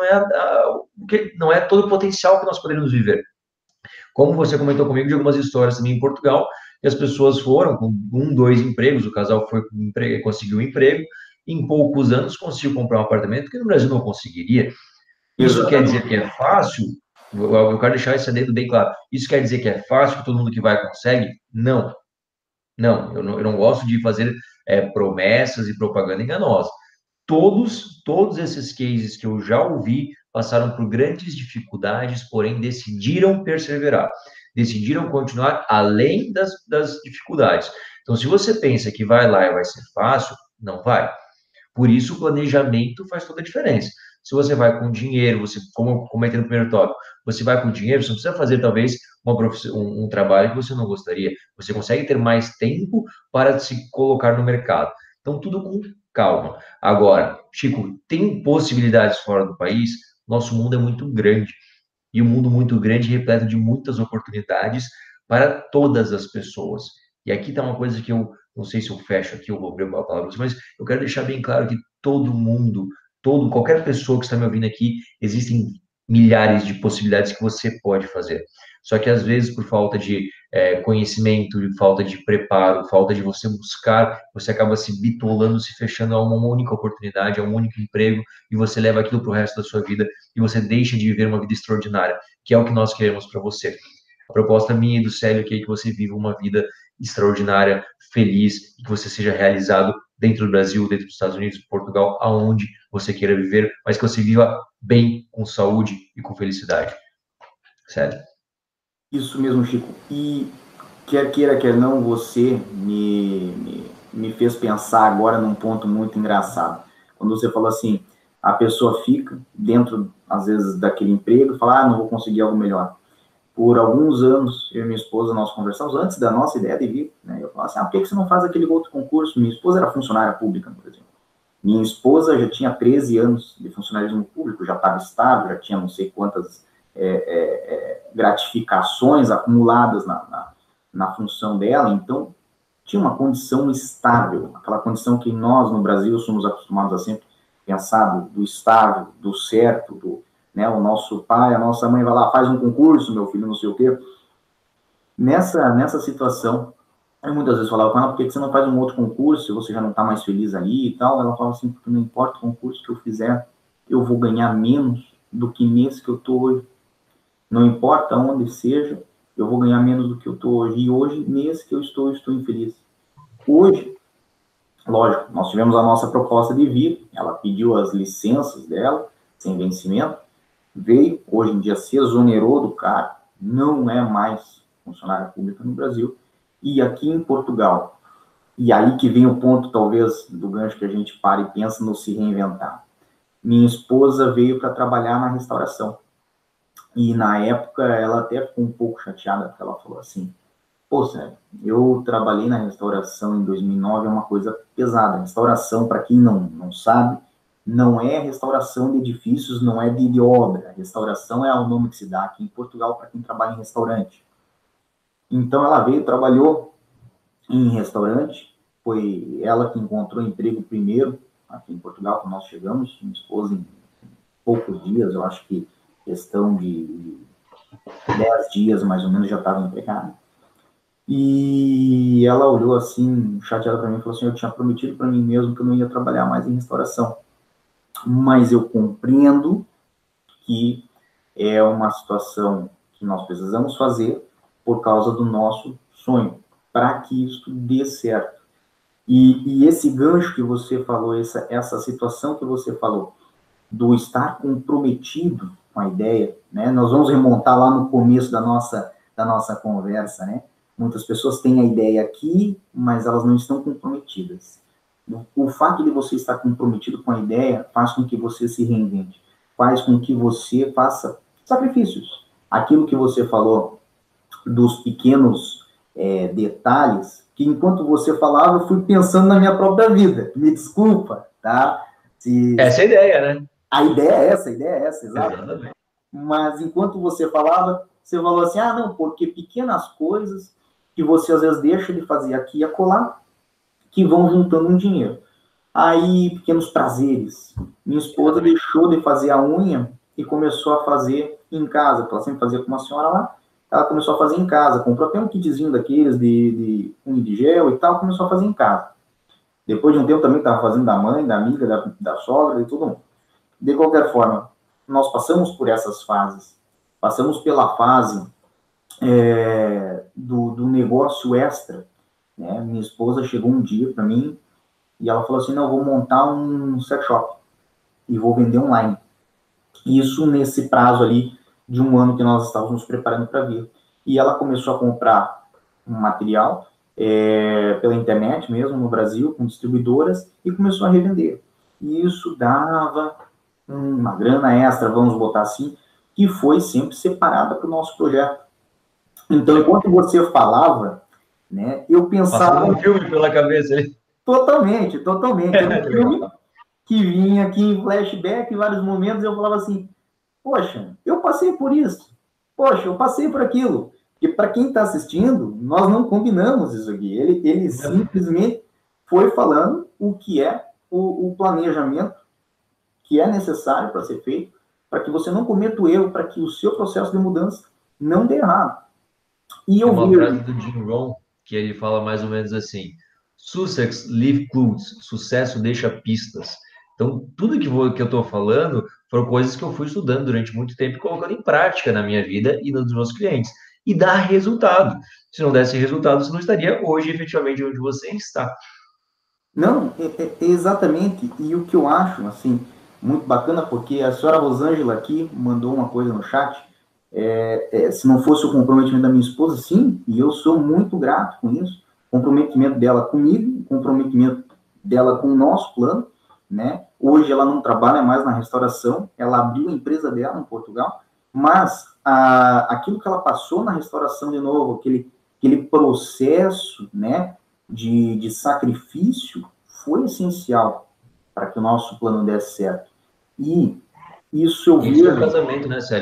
não é todo o potencial que nós poderíamos viver. Como você comentou comigo de algumas histórias também em Portugal, que as pessoas foram com 1, 2 empregos, o casal foi conseguiu um emprego, em poucos anos conseguiu comprar um apartamento que no Brasil não conseguiria. Isso quer dizer Exatamente. que é fácil? Eu quero deixar esse adendo bem claro. Isso quer dizer que é fácil, que todo mundo que vai consegue? Não. Não, eu não gosto de fazer promessas e propaganda enganosa. Todos esses cases que eu já ouvi passaram por grandes dificuldades, porém decidiram perseverar, decidiram continuar além das dificuldades. Então, se você pensa que vai lá e vai ser fácil, não vai. Por isso, o planejamento faz toda a diferença. Se você vai com dinheiro, como eu comentei no primeiro tópico, você vai com dinheiro, você não precisa fazer, talvez, um trabalho que você não gostaria. Você consegue ter mais tempo para se colocar no mercado. Então, tudo com calma. Agora, Chico, tem possibilidades fora do país? Nosso mundo é muito grande. E um mundo muito grande, repleto de muitas oportunidades para todas as pessoas. E aqui está uma coisa que eu não sei se eu fecho aqui, eu vou abrir a palavra, mas eu quero deixar bem claro que todo mundo, qualquer pessoa que está me ouvindo aqui, existem milhares de possibilidades que você pode fazer. Só que às vezes, por falta de conhecimento, de falta de preparo, falta de você buscar, você acaba se bitolando, se fechando a uma única oportunidade, a um único emprego, e você leva aquilo para o resto da sua vida e você deixa de viver uma vida extraordinária, que é o que nós queremos para você. A proposta minha e do Célio aqui é que você viva uma vida extraordinária, feliz, e que você seja realizado dentro do Brasil, dentro dos Estados Unidos, Portugal, aonde você queira viver, mas que você viva bem, com saúde e com felicidade. Sério. Isso mesmo, Chico. E quer queira, quer não, você me fez pensar agora num ponto muito engraçado. Quando você falou assim, a pessoa fica dentro, às vezes, daquele emprego e fala, não vou conseguir algo melhor. Por alguns anos, eu e minha esposa, nós conversamos, antes da nossa ideia de vir, né? Eu falava assim, por que você não faz aquele outro concurso? Minha esposa era funcionária pública, por exemplo. Minha esposa já tinha 13 anos de funcionalismo público, já estava estável, já tinha não sei quantas gratificações acumuladas na função dela, então tinha uma condição estável, aquela condição que nós no Brasil somos acostumados a sempre pensar do estável, do certo, né, o nosso pai, a nossa mãe vai lá, faz um concurso, meu filho, não sei o quê. Nessa situação, eu muitas vezes falava com ela, por que você não faz um outro concurso, se você já não está mais feliz ali e tal? Ela falava assim, porque não importa o concurso que eu fizer, eu vou ganhar menos do que nesse que eu estou hoje. Não importa onde seja, eu vou ganhar menos do que eu estou hoje. E hoje, nesse que eu estou infeliz. Hoje, lógico, nós tivemos a nossa proposta de vir, ela pediu as licenças dela, sem vencimento, veio, hoje em dia se exonerou do cargo, não é mais funcionária pública no Brasil, e aqui em Portugal, e aí que vem o ponto, talvez, do gancho que a gente para e pensa no se reinventar. Minha esposa veio para trabalhar na restauração, e na época ela até ficou um pouco chateada, porque ela falou assim, pô, Sérgio, eu trabalhei na restauração em 2009, é uma coisa pesada. Restauração, para quem não sabe, não é restauração de edifícios, não é de obra. Restauração é o nome que se dá aqui em Portugal para quem trabalha em restaurante. Então ela veio, trabalhou em restaurante, foi ela que encontrou emprego primeiro aqui em Portugal, quando nós chegamos, minha esposa em poucos dias, eu acho que questão de 10 dias mais ou menos já estava empregada. E ela olhou assim, chateada para mim, e falou assim, eu tinha prometido para mim mesmo que eu não ia trabalhar mais em restauração, mas eu compreendo que é uma situação que nós precisamos fazer por causa do nosso sonho, para que isso dê certo. E esse gancho que você falou, essa situação que você falou, do estar comprometido com a ideia, né? Nós vamos remontar lá no começo da nossa conversa, né? Muitas pessoas têm a ideia aqui, mas elas não estão comprometidas. O fato de você estar comprometido com a ideia faz com que você se reinvente, faz com que você faça sacrifícios. Aquilo que você falou dos pequenos detalhes, que enquanto você falava, eu fui pensando na minha própria vida. Me desculpa, tá? Essa é a ideia, né? A ideia é essa, exatamente. Mas enquanto você falava, você falou assim, não, porque pequenas coisas que você às vezes deixa de fazer aqui e acolá, que vão juntando um dinheiro. Aí, pequenos prazeres. Minha esposa deixou de fazer a unha e começou a fazer em casa, porque ela sempre fazia com uma senhora lá, ela começou a fazer em casa, comprou até um kitzinho daqueles de unha de gel e tal, começou a fazer em casa. Depois de um tempo também estava fazendo da mãe, da amiga, da sogra, de todo mundo. De qualquer forma, nós passamos por essas fases. Passamos pela fase do negócio extra. Né? Minha esposa chegou um dia para mim e ela falou assim, não, eu vou montar um sex shop e vou vender online. Isso nesse prazo ali de um ano que nós estávamos nos preparando para vir. E ela começou a comprar um material pela internet mesmo, no Brasil, com distribuidoras, e começou a revender. E isso dava uma grana extra, vamos botar assim, que foi sempre separada para o nosso projeto. Então, enquanto você falava, né, eu pensava... Passou um filme pela cabeça aí. Totalmente. Era um filme que vinha aqui em flashback, em vários momentos, eu falava assim, poxa, eu passei por isso. Poxa, eu passei por aquilo. E para quem está assistindo, nós não combinamos isso aqui. Ele simplesmente foi falando o que é o planejamento que é necessário para ser feito, para que você não cometa o erro, para que o seu processo de mudança não dê errado. E eu vi uma frase do Jim Rohn, que ele fala mais ou menos assim, Success leave clues, sucesso deixa pistas. Então, tudo que eu estou falando foram coisas que eu fui estudando durante muito tempo e colocando em prática na minha vida e nos meus clientes. E dá resultado. Se não desse resultado, você não estaria hoje efetivamente onde você está. Não, exatamente. E o que eu acho, assim, muito bacana, porque a senhora Rosângela aqui mandou uma coisa no chat, se não fosse o comprometimento da minha esposa, sim, e eu sou muito grato com isso, comprometimento dela comigo, comprometimento dela com o nosso plano, né? Hoje ela não trabalha mais na restauração, ela abriu a empresa dela em Portugal, mas aquilo que ela passou na restauração de novo, aquele processo, né, de sacrifício, foi essencial para que o nosso plano desse certo. E isso eu vi... Isso é casamento, né, Célio?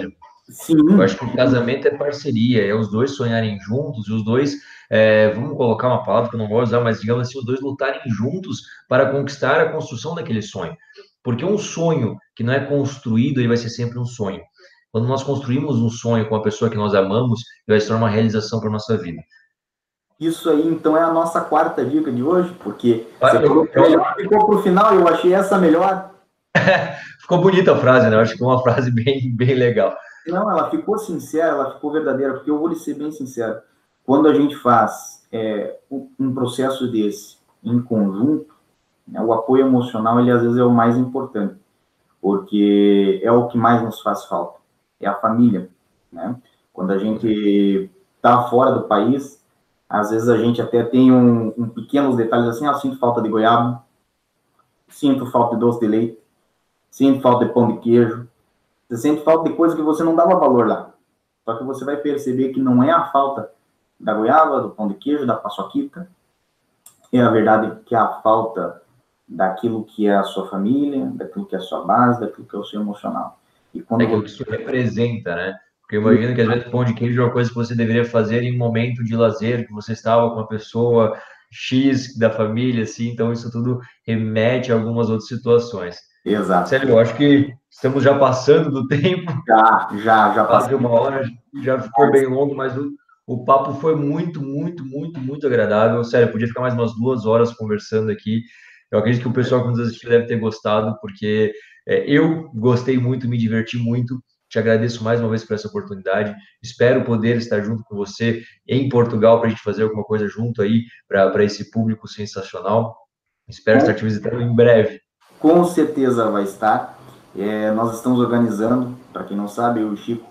Eu Sim, acho que o casamento é parceria, é os dois sonharem juntos, e os dois, vamos colocar uma palavra que eu não vou usar, mas digamos assim, os dois lutarem juntos para conquistar a construção daquele sonho. Porque um sonho que não é construído, ele vai ser sempre um sonho. Quando nós construímos um sonho com a pessoa que nós amamos, ele vai se tornar uma realização para a nossa vida. isso aí então é a nossa quarta dica de hoje, porque Ah, você falou que melhor ficou para o final, eu achei essa melhor. ficou bonita a frase, né? Eu acho que é uma frase bem legal. Não, ela ficou sincera, ela ficou verdadeira, porque eu vou lhe ser bem sincero. Quando a gente faz um processo desse em conjunto, né, o apoio emocional, ele às vezes é o mais importante, porque é o que mais nos faz falta, é a família, né? Quando a gente está fora do país, às vezes a gente até tem pequenos detalhes assim, sinto falta de goiaba, sinto falta de doce de leite, sinto falta de pão de queijo, você sente falta de coisa que você não dava valor lá. Só que você vai perceber que não é a falta da goiaba, do pão de queijo, da paçoquita, é a verdade que é a falta daquilo que é a sua família, daquilo que é a sua base, daquilo que é o seu emocional. E É quando aquilo que você... isso representa, né? Porque eu imagino que às vezes pão de queijo é uma coisa que você deveria fazer em um momento de lazer, que você estava com uma pessoa X da família, assim, então isso tudo remete a algumas outras situações. Exato. Sério, eu acho que estamos já passando do tempo, Já quase passei. uma hora, já ficou bem longo, mas o papo foi muito agradável. Sério, podia ficar mais umas 2 horas conversando aqui. Eu acredito que o pessoal que nos assistiu deve ter gostado, porque eu gostei muito, me diverti muito. Te agradeço mais uma vez por essa oportunidade. Espero poder estar junto com você em Portugal para a gente fazer alguma coisa junto aí, para esse público sensacional. Espero estar Com, te visitando em breve. com certeza vai estar. Nós estamos organizando, para quem não sabe, eu e o Chico,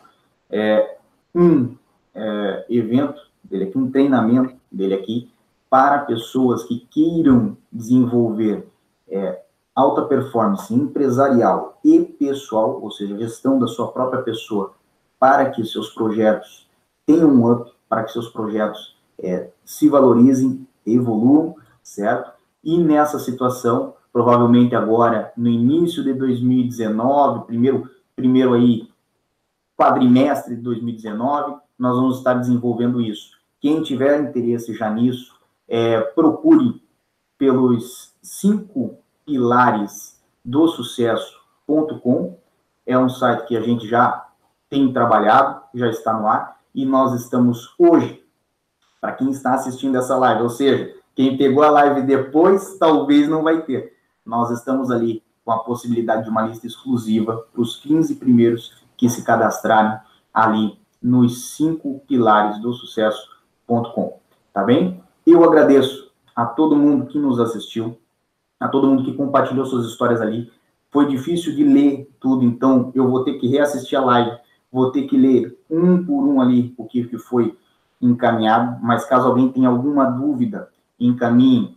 um evento dele aqui, um treinamento dele aqui, para pessoas que queiram desenvolver alta performance empresarial e pessoal, ou seja, gestão da sua própria pessoa, para que seus projetos tenham um up, para que seus projetos se valorizem, evoluam, certo? E nessa situação, provavelmente agora, no início de 2019, primeiro aí, quadrimestre de 2019, nós vamos estar desenvolvendo isso. Quem tiver interesse já nisso, procure pelos 5 pilares do sucesso.com. É um site que a gente já tem trabalhado, já está no ar, e nós estamos hoje, para quem está assistindo essa live, ou seja, quem pegou a live depois, talvez não vai ter. Nós estamos ali com a possibilidade de uma lista exclusiva para os 15 primeiros que se cadastrarem ali nos 5 pilares do sucesso.com. Tá bem? Eu agradeço a todo mundo que nos assistiu, a todo mundo que compartilhou suas histórias ali. Foi difícil de ler tudo, então eu vou ter que reassistir a live, vou ter que ler um por um ali o que foi encaminhado, mas caso alguém tenha alguma dúvida, encaminhe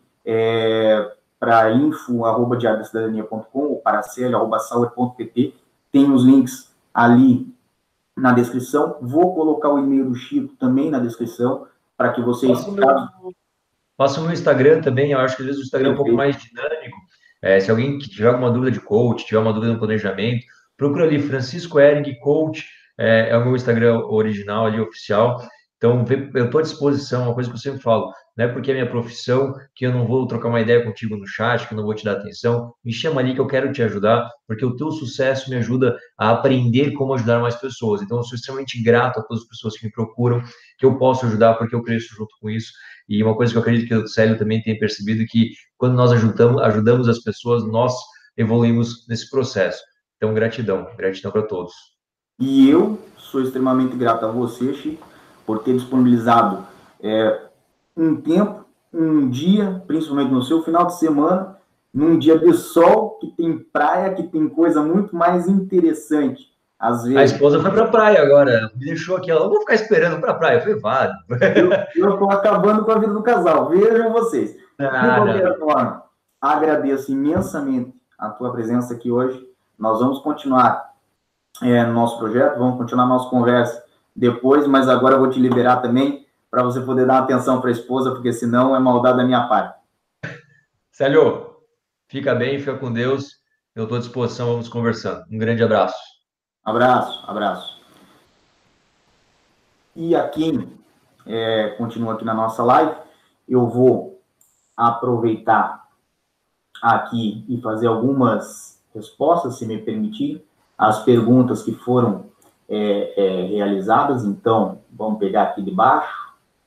para info@diariodacidadania.com ou para cel@sauer.pt. Tem os links ali na descrição. Vou colocar o e-mail do Chico também na descrição, para que vocês... Faço no Instagram também, eu acho que às vezes o Instagram é um pouco Perfeito. mais dinâmico. Se alguém que tiver alguma dúvida de coach, tiver uma dúvida no planejamento, procura ali Francisco Ering Coach, é o meu Instagram original ali, oficial. Então, eu estou à disposição, uma coisa que eu sempre falo, não é porque é minha profissão que eu não vou trocar uma ideia contigo no chat, que eu não vou te dar atenção. Me chama ali que eu quero te ajudar, porque o teu sucesso me ajuda a aprender como ajudar mais pessoas. Então, eu sou extremamente grato a todas as pessoas que me procuram, que eu posso ajudar, porque eu cresço junto com isso. E uma coisa que eu acredito que o Célio também tem percebido é que quando nós ajudamos as pessoas, nós evoluímos nesse processo. Então, gratidão para todos. E eu sou extremamente grato a você, Chico, por ter disponibilizado um tempo, um dia, principalmente no seu final de semana, num dia de sol, que tem praia, que tem coisa muito mais interessante. Às A vezes, esposa foi para a praia agora, me deixou aqui, ela, não vou ficar esperando para a praia. Eu falei, vale. eu estou acabando com a vida do casal, vejam vocês. De Não. qualquer forma, agradeço imensamente a tua presença aqui hoje. Nós vamos continuar no nosso projeto, vamos continuar a nossa conversa depois, mas agora eu vou te liberar também para você poder dar atenção para a esposa, porque senão é maldade da minha parte. Célio, fica bem, fica com Deus. Eu estou à disposição, vamos conversando. Um grande abraço. Abraço, abraço. E a quem continua aqui na nossa live, eu vou aproveitar aqui e fazer algumas respostas, se me permitir, as perguntas que foram realizadas. Então, vamos pegar aqui de baixo.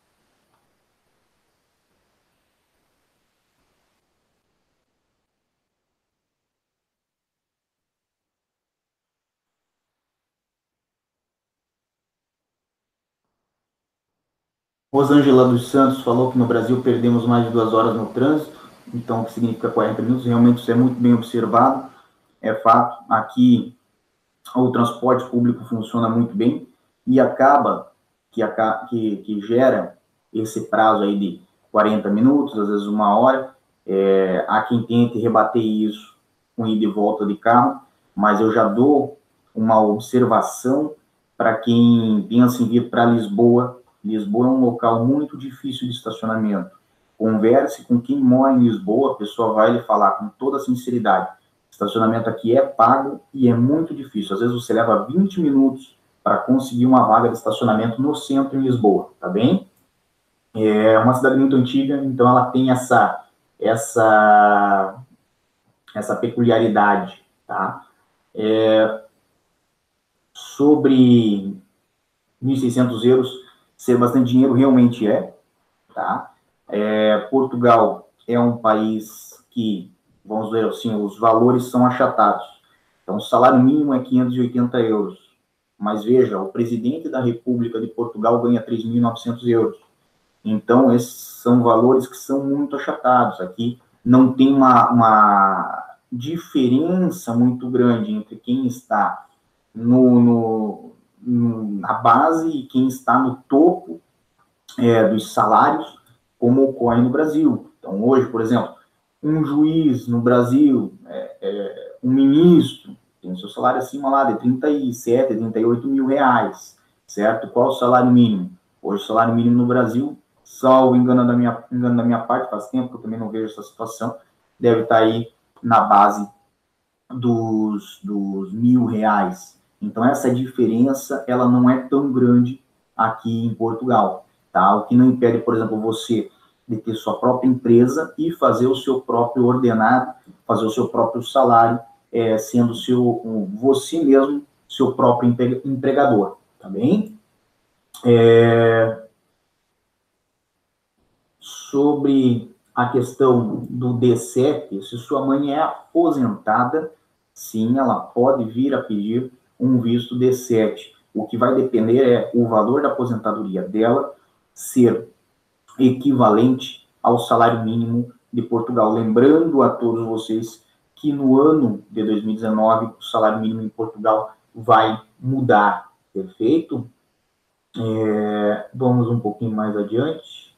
Rosângela dos Santos falou que no Brasil perdemos mais de 2 horas no trânsito, então o que significa 40 minutos, realmente isso é muito bem observado, é fato. Aqui o transporte público funciona muito bem e acaba que gera esse prazo aí de 40 minutos, às vezes 1 hora. Há quem tente rebater isso com ida e volta de carro, mas eu já dou uma observação para quem pensa em vir para Lisboa. Lisboa é um local muito difícil de estacionamento. Converse com quem mora em Lisboa, a pessoa vai lhe falar com toda sinceridade. Estacionamento aqui é pago e é muito difícil. Às vezes você leva 20 minutos para conseguir uma vaga de estacionamento no centro em Lisboa, tá bem? É uma cidade muito antiga, então ela tem essa peculiaridade, tá? Sobre 1.600 euros ser bastante dinheiro, realmente tá? Portugal é um país que, vamos ver assim, os valores são achatados. Então, o salário mínimo é 580 euros. Mas veja, o presidente da República de Portugal ganha 3.900 euros. Então, esses são valores que são muito achatados. Aqui não tem uma diferença muito grande entre quem está na base e quem está no topo dos salários, como ocorre no Brasil. Então, hoje, por exemplo, um juiz no Brasil, um ministro, tem o seu salário acima lá de 37, 38 mil reais, certo? Qual o salário mínimo? Hoje, o salário mínimo no Brasil, salvo engano da minha parte, faz tempo que eu também não vejo essa situação, deve estar aí na base dos R$ 1.000. Então, essa diferença, ela não é tão grande aqui em Portugal, tá? O que não impede, por exemplo, você de ter sua própria empresa e fazer o seu próprio ordenado, fazer o seu próprio salário, sendo você mesmo seu próprio empregador, tá bem? Sobre a questão do D7, se sua mãe é aposentada, sim, ela pode vir a pedir um visto D7. O que vai depender é o valor da aposentadoria dela ser equivalente ao salário mínimo de Portugal. Lembrando a todos vocês que no ano de 2019 o salário mínimo em Portugal vai mudar, perfeito? Vamos um pouquinho mais adiante.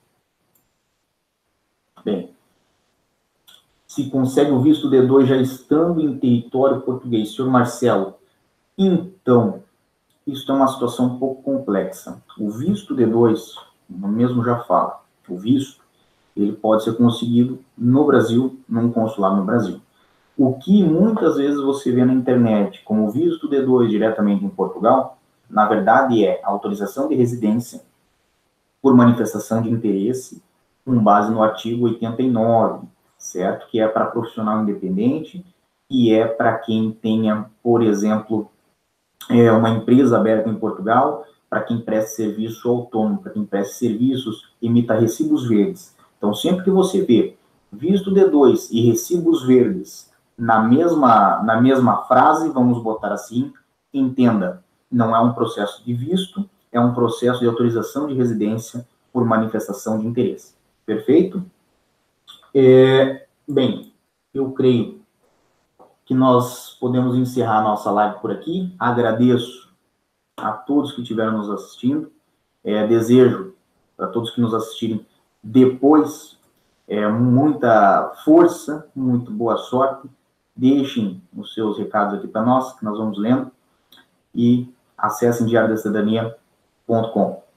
Bem, se consegue o visto D2 já estando em território português, senhor Marcelo, então, isso é uma situação um pouco complexa. O visto D2, eu mesmo já falo, o visto, ele pode ser conseguido no Brasil, num consulado no Brasil. O que muitas vezes você vê na internet como visto D2 diretamente em Portugal, na verdade é autorização de residência por manifestação de interesse, com base no artigo 89, certo? Que é para profissional independente e é para quem tenha, por exemplo, uma empresa aberta em Portugal, para quem presta serviço autônomo, para quem presta serviços, emita recibos verdes. Então, sempre que você vê visto D2 e recibos verdes na mesma frase, vamos botar assim, entenda, não é um processo de visto, é um processo de autorização de residência por manifestação de interesse. Perfeito? Bem, eu creio que nós podemos encerrar a nossa live por aqui. Agradeço a todos que estiveram nos assistindo. Desejo para todos que nos assistirem depois muita força, muito boa sorte. Deixem os seus recados aqui para nós, que nós vamos lendo. E acessem diariodacidadania.com.